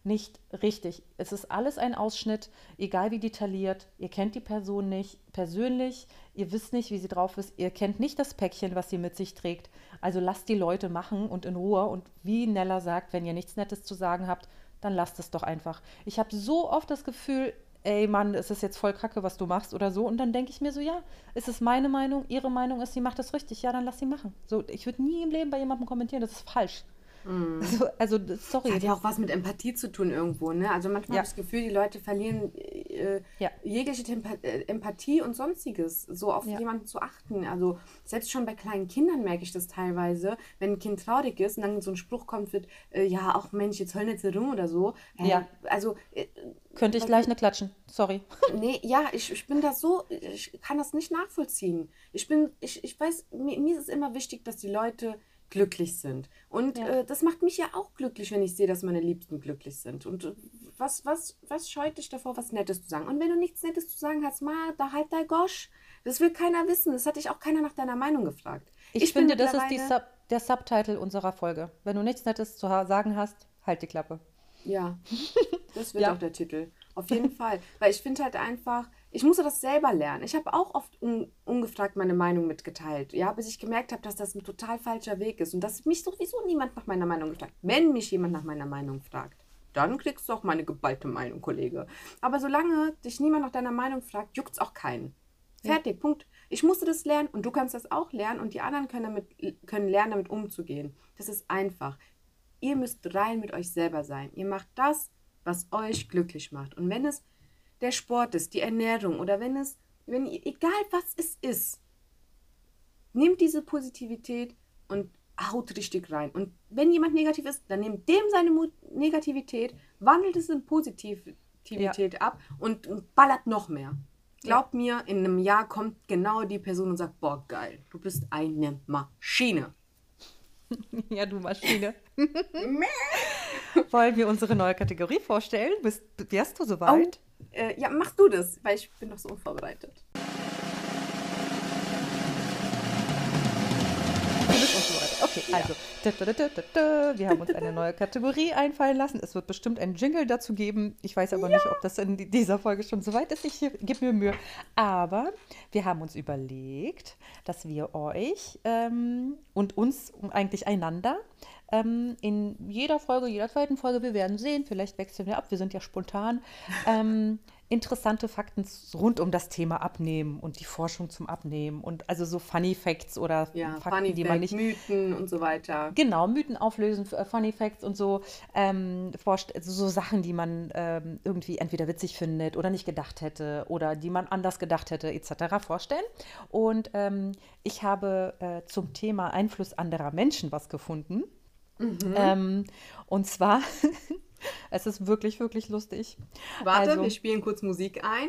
Speaker 2: nicht richtig. Es ist alles ein Ausschnitt, egal wie detailliert. Ihr kennt die Person nicht persönlich, ihr wisst nicht, wie sie drauf ist, ihr kennt nicht das Päckchen, was sie mit sich trägt. Also lasst die Leute machen und in Ruhe. Und wie Nella sagt, wenn ihr nichts Nettes zu sagen habt, dann lasst es doch einfach. Ich habe so oft das Gefühl, ey Mann, es ist jetzt voll kacke, was du machst oder so. Und dann denke ich mir so, ja, es ist meine Meinung, ihre Meinung ist, sie macht das richtig. Ja, dann lass sie machen. So, ich würde nie im Leben bei jemandem kommentieren, das ist falsch. Also,
Speaker 1: Das
Speaker 2: sorry.
Speaker 1: hat ja auch was mit Empathie zu tun irgendwo, ne? Also manchmal
Speaker 2: Ja,
Speaker 1: habe ich das Gefühl, die Leute verlieren
Speaker 2: ja,
Speaker 1: jegliche Empathie und Sonstiges, so auf
Speaker 2: ja,
Speaker 1: jemanden zu achten. Also selbst schon bei kleinen Kindern merke ich das teilweise, wenn ein Kind traurig ist und dann so ein Spruch kommt wird, ja, auch Mensch, jetzt heul nicht so rum oder so.
Speaker 2: ja.
Speaker 1: Also,
Speaker 2: Könnte ich gleich eine klatschen. Sorry.
Speaker 1: nee, ja, ich bin da so, ich kann das nicht nachvollziehen. Ich weiß, mir ist es immer wichtig, dass die Leute glücklich sind. Und
Speaker 2: Ja.
Speaker 1: das macht mich ja auch glücklich, wenn ich sehe, dass meine Liebsten glücklich sind. Und was scheut dich davor, was Nettes zu sagen? Und wenn du nichts Nettes zu sagen hast, ma, da halt dein Gosch. Das will keiner wissen. Das hat dich auch keiner nach deiner Meinung gefragt.
Speaker 2: Ich
Speaker 1: Ich bin
Speaker 2: finde, das ist
Speaker 1: mittlerweile,
Speaker 2: Der Subtitle unserer Folge. Wenn du nichts Nettes zu sagen hast, halt die Klappe.
Speaker 1: ja, das wird auch
Speaker 2: Ja.
Speaker 1: der Titel. Auf jeden Fall. Weil ich finde halt einfach, ich musste das selber lernen. Ich habe auch oft ungefragt meine Meinung mitgeteilt. Ja, bis ich gemerkt habe, dass das ein total falscher Weg ist und dass mich sowieso niemand nach meiner Meinung fragt. Wenn mich jemand nach meiner Meinung fragt, dann kriegst du auch meine geballte Meinung, Kollege. Aber solange dich niemand nach deiner Meinung fragt, juckt es auch keinen.
Speaker 2: Ja.
Speaker 1: Fertig, Punkt. Ich musste das lernen und du kannst das auch lernen und die anderen können lernen, damit umzugehen. Das ist einfach. Ihr müsst rein mit euch selber sein. Ihr macht das, was euch glücklich macht. Und wenn es der Sport ist, die Ernährung oder egal was es ist, nehmt diese Positivität und haut richtig rein. Und wenn jemand negativ ist, dann nehmt dem seine Negativität, wandelt es in
Speaker 2: Ja.
Speaker 1: Positivität ab und ballert noch mehr.
Speaker 2: Ja.
Speaker 1: Glaubt mir, in einem Jahr kommt genau die Person und sagt, boah, geil, du bist eine Maschine.
Speaker 2: Ja, du Maschine. Wollen wir unsere neue Kategorie vorstellen? Wärst du
Speaker 1: Oh,
Speaker 2: soweit?
Speaker 1: ja, mach du das, weil ich bin noch so unvorbereitet.
Speaker 2: Du bist und so weiter. Okay,
Speaker 1: Ja.
Speaker 2: also, wir haben uns eine neue Kategorie einfallen lassen. Es wird bestimmt einen Jingle dazu geben. Ich weiß aber nicht, ob das in dieser Folge schon soweit ist. Ich gebe mir Mühe. Aber wir haben uns überlegt, dass wir euch und uns eigentlich einander in jeder Folge, jeder zweiten Folge, wir werden sehen, vielleicht wechseln wir ab, wir sind ja spontan, interessante Fakten rund um das Thema Abnehmen und die Forschung zum Abnehmen und also so Funny Facts oder
Speaker 1: Ja,
Speaker 2: Fakten,
Speaker 1: Funny
Speaker 2: die man
Speaker 1: Fact,
Speaker 2: nicht,
Speaker 1: Mythen und so weiter.
Speaker 2: genau, Mythen auflösen, Funny Facts und so, also so Sachen, die man irgendwie entweder witzig findet oder nicht gedacht hätte oder die man anders gedacht hätte, etc. vorstellen. Und ich habe zum Thema Einfluss anderer Menschen was gefunden. Und zwar, es ist wirklich, wirklich lustig.
Speaker 1: Warte,
Speaker 2: Also,
Speaker 1: wir spielen kurz Musik ein.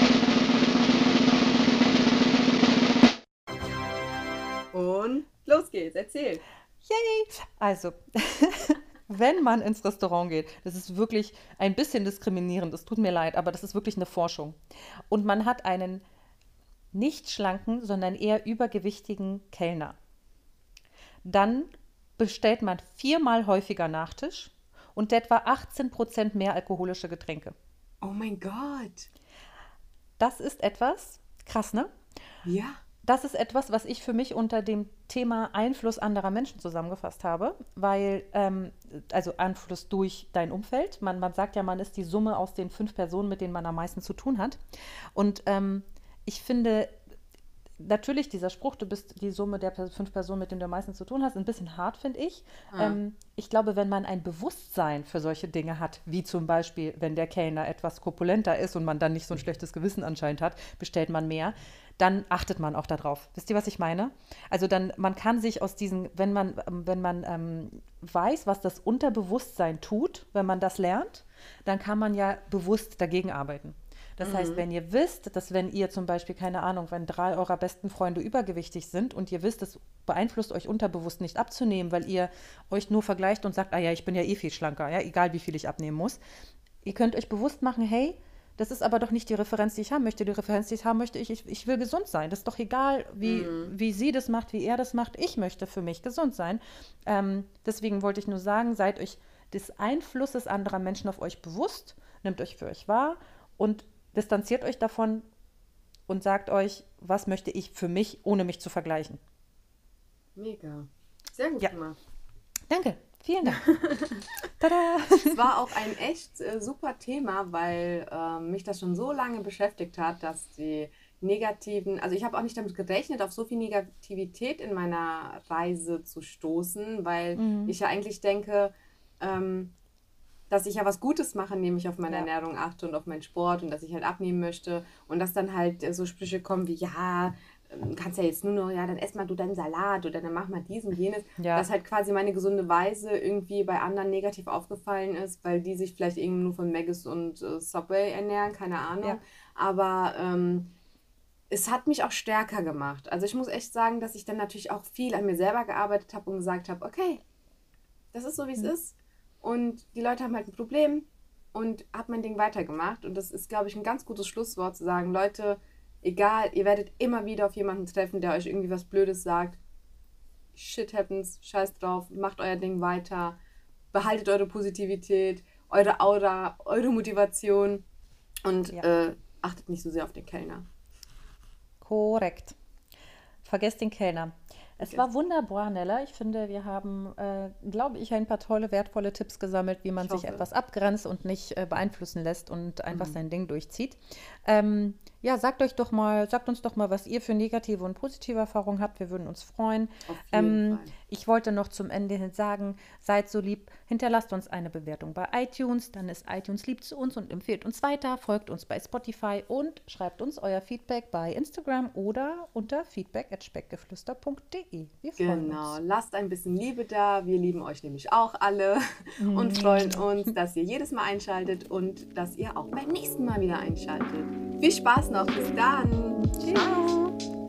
Speaker 1: Und los geht's, erzähl.
Speaker 2: yay! Also, wenn man ins Restaurant geht, das ist wirklich ein bisschen diskriminierend, es tut mir leid, aber das ist wirklich eine Forschung. Und man hat einen nicht schlanken, sondern eher übergewichtigen Kellner. Dann bestellt man 4-mal häufiger Nachtisch und etwa 18% mehr alkoholische Getränke.
Speaker 1: Oh mein Gott.
Speaker 2: Das ist etwas, krass, ne?
Speaker 1: Ja.
Speaker 2: Das ist etwas, was ich für mich unter dem Thema Einfluss anderer Menschen zusammengefasst habe, weil, also Einfluss durch dein Umfeld, man sagt ja, man ist die Summe aus den 5 Personen, mit denen man am meisten zu tun hat. Und ich finde, natürlich dieser Spruch, du bist die Summe der 5 Personen, mit denen du am meisten zu tun hast, ein bisschen hart, finde ich. Ich glaube, wenn man ein Bewusstsein für solche Dinge hat, wie zum Beispiel, wenn der Kellner etwas korpulenter ist und man dann nicht so ein schlechtes Gewissen anscheinend hat, bestellt man mehr, dann achtet man auch darauf. Wisst ihr, was ich meine? Also dann, man kann sich aus diesen, wenn man weiß, was das Unterbewusstsein tut, wenn man das lernt, dann kann man ja bewusst dagegen arbeiten. Das heißt, wenn ihr wisst, dass wenn ihr zum Beispiel, keine Ahnung, wenn 3 eurer besten Freunde übergewichtig sind und ihr wisst, es beeinflusst euch unterbewusst nicht abzunehmen, weil ihr euch nur vergleicht und sagt, ah ja, ich bin ja eh viel schlanker, ja, egal wie viel ich abnehmen muss. Ihr könnt euch bewusst machen, hey, das ist aber doch nicht die Referenz, die ich haben möchte. Die Referenz, die ich haben möchte, ich will gesund sein. Das ist doch egal, wie sie das macht, wie er das macht. Ich möchte für mich gesund sein. Deswegen wollte ich nur sagen, seid euch des Einflusses anderer Menschen auf euch bewusst, nehmt euch für euch wahr und distanziert euch davon und sagt euch, was möchte ich für mich, ohne mich zu vergleichen.
Speaker 1: Mega. Sehr gut
Speaker 2: Ja.
Speaker 1: gemacht.
Speaker 2: Danke, vielen Dank. Tada!
Speaker 1: Es war auch ein echt super Thema, weil mich das schon so lange beschäftigt hat, dass die negativen, also ich habe auch nicht damit gerechnet, auf so viel Negativität in meiner Reise zu stoßen, weil ich ja eigentlich denke, dass ich ja was Gutes mache, indem ich auf meine
Speaker 2: Ja.
Speaker 1: Ernährung achte und auf meinen Sport und dass ich halt abnehmen möchte und dass dann halt so Sprüche kommen wie, ja, kannst ja jetzt nur noch, ja, dann ess mal du deinen Salat oder dann mach mal dies und jenes,
Speaker 2: Ja.
Speaker 1: dass halt quasi meine gesunde Weise irgendwie bei anderen negativ aufgefallen ist, weil die sich vielleicht irgendwie nur von Maggis und Subway ernähren, keine Ahnung,
Speaker 2: Ja.
Speaker 1: aber es hat mich auch stärker gemacht. Also ich muss echt sagen, dass ich dann natürlich auch viel an mir selber gearbeitet habe und gesagt habe, okay, das ist so, wie es ist. Und die Leute haben halt ein Problem und habe mein Ding weitergemacht. Und das ist, glaube ich, ein ganz gutes Schlusswort zu sagen, Leute, egal, ihr werdet immer wieder auf jemanden treffen, der euch irgendwie was Blödes sagt. Shit happens, scheiß drauf, macht euer Ding weiter, behaltet eure Positivität, eure Aura, eure Motivation und
Speaker 2: Ja.
Speaker 1: achtet nicht so sehr auf den Kellner.
Speaker 2: Korrekt. Vergesst den Kellner. Es
Speaker 1: Vergesst.
Speaker 2: war wunderbar, Nella. Ich finde, wir haben, glaube ich, ein paar tolle, wertvolle Tipps gesammelt, wie man
Speaker 1: Ich
Speaker 2: sich
Speaker 1: hoffe.
Speaker 2: etwas abgrenzt und nicht beeinflussen lässt und einfach sein Ding durchzieht. Ja, sagt uns doch mal, was ihr für negative und positive Erfahrungen habt. Wir würden uns freuen.
Speaker 1: Auf jeden Fall.
Speaker 2: Ich wollte noch zum Ende hin sagen, seid so lieb, hinterlasst uns eine Bewertung bei iTunes, dann ist iTunes lieb zu uns und empfiehlt uns weiter, folgt uns bei Spotify und schreibt uns euer Feedback bei Instagram oder unter feedback@speckgeflüster.de. Wir freuen
Speaker 1: Genau,
Speaker 2: uns.
Speaker 1: lasst ein bisschen Liebe da. Wir lieben euch nämlich auch alle und freuen uns, dass ihr jedes Mal einschaltet und dass ihr auch beim nächsten Mal wieder einschaltet. Viel Spaß noch, bis dann.
Speaker 2: Ciao.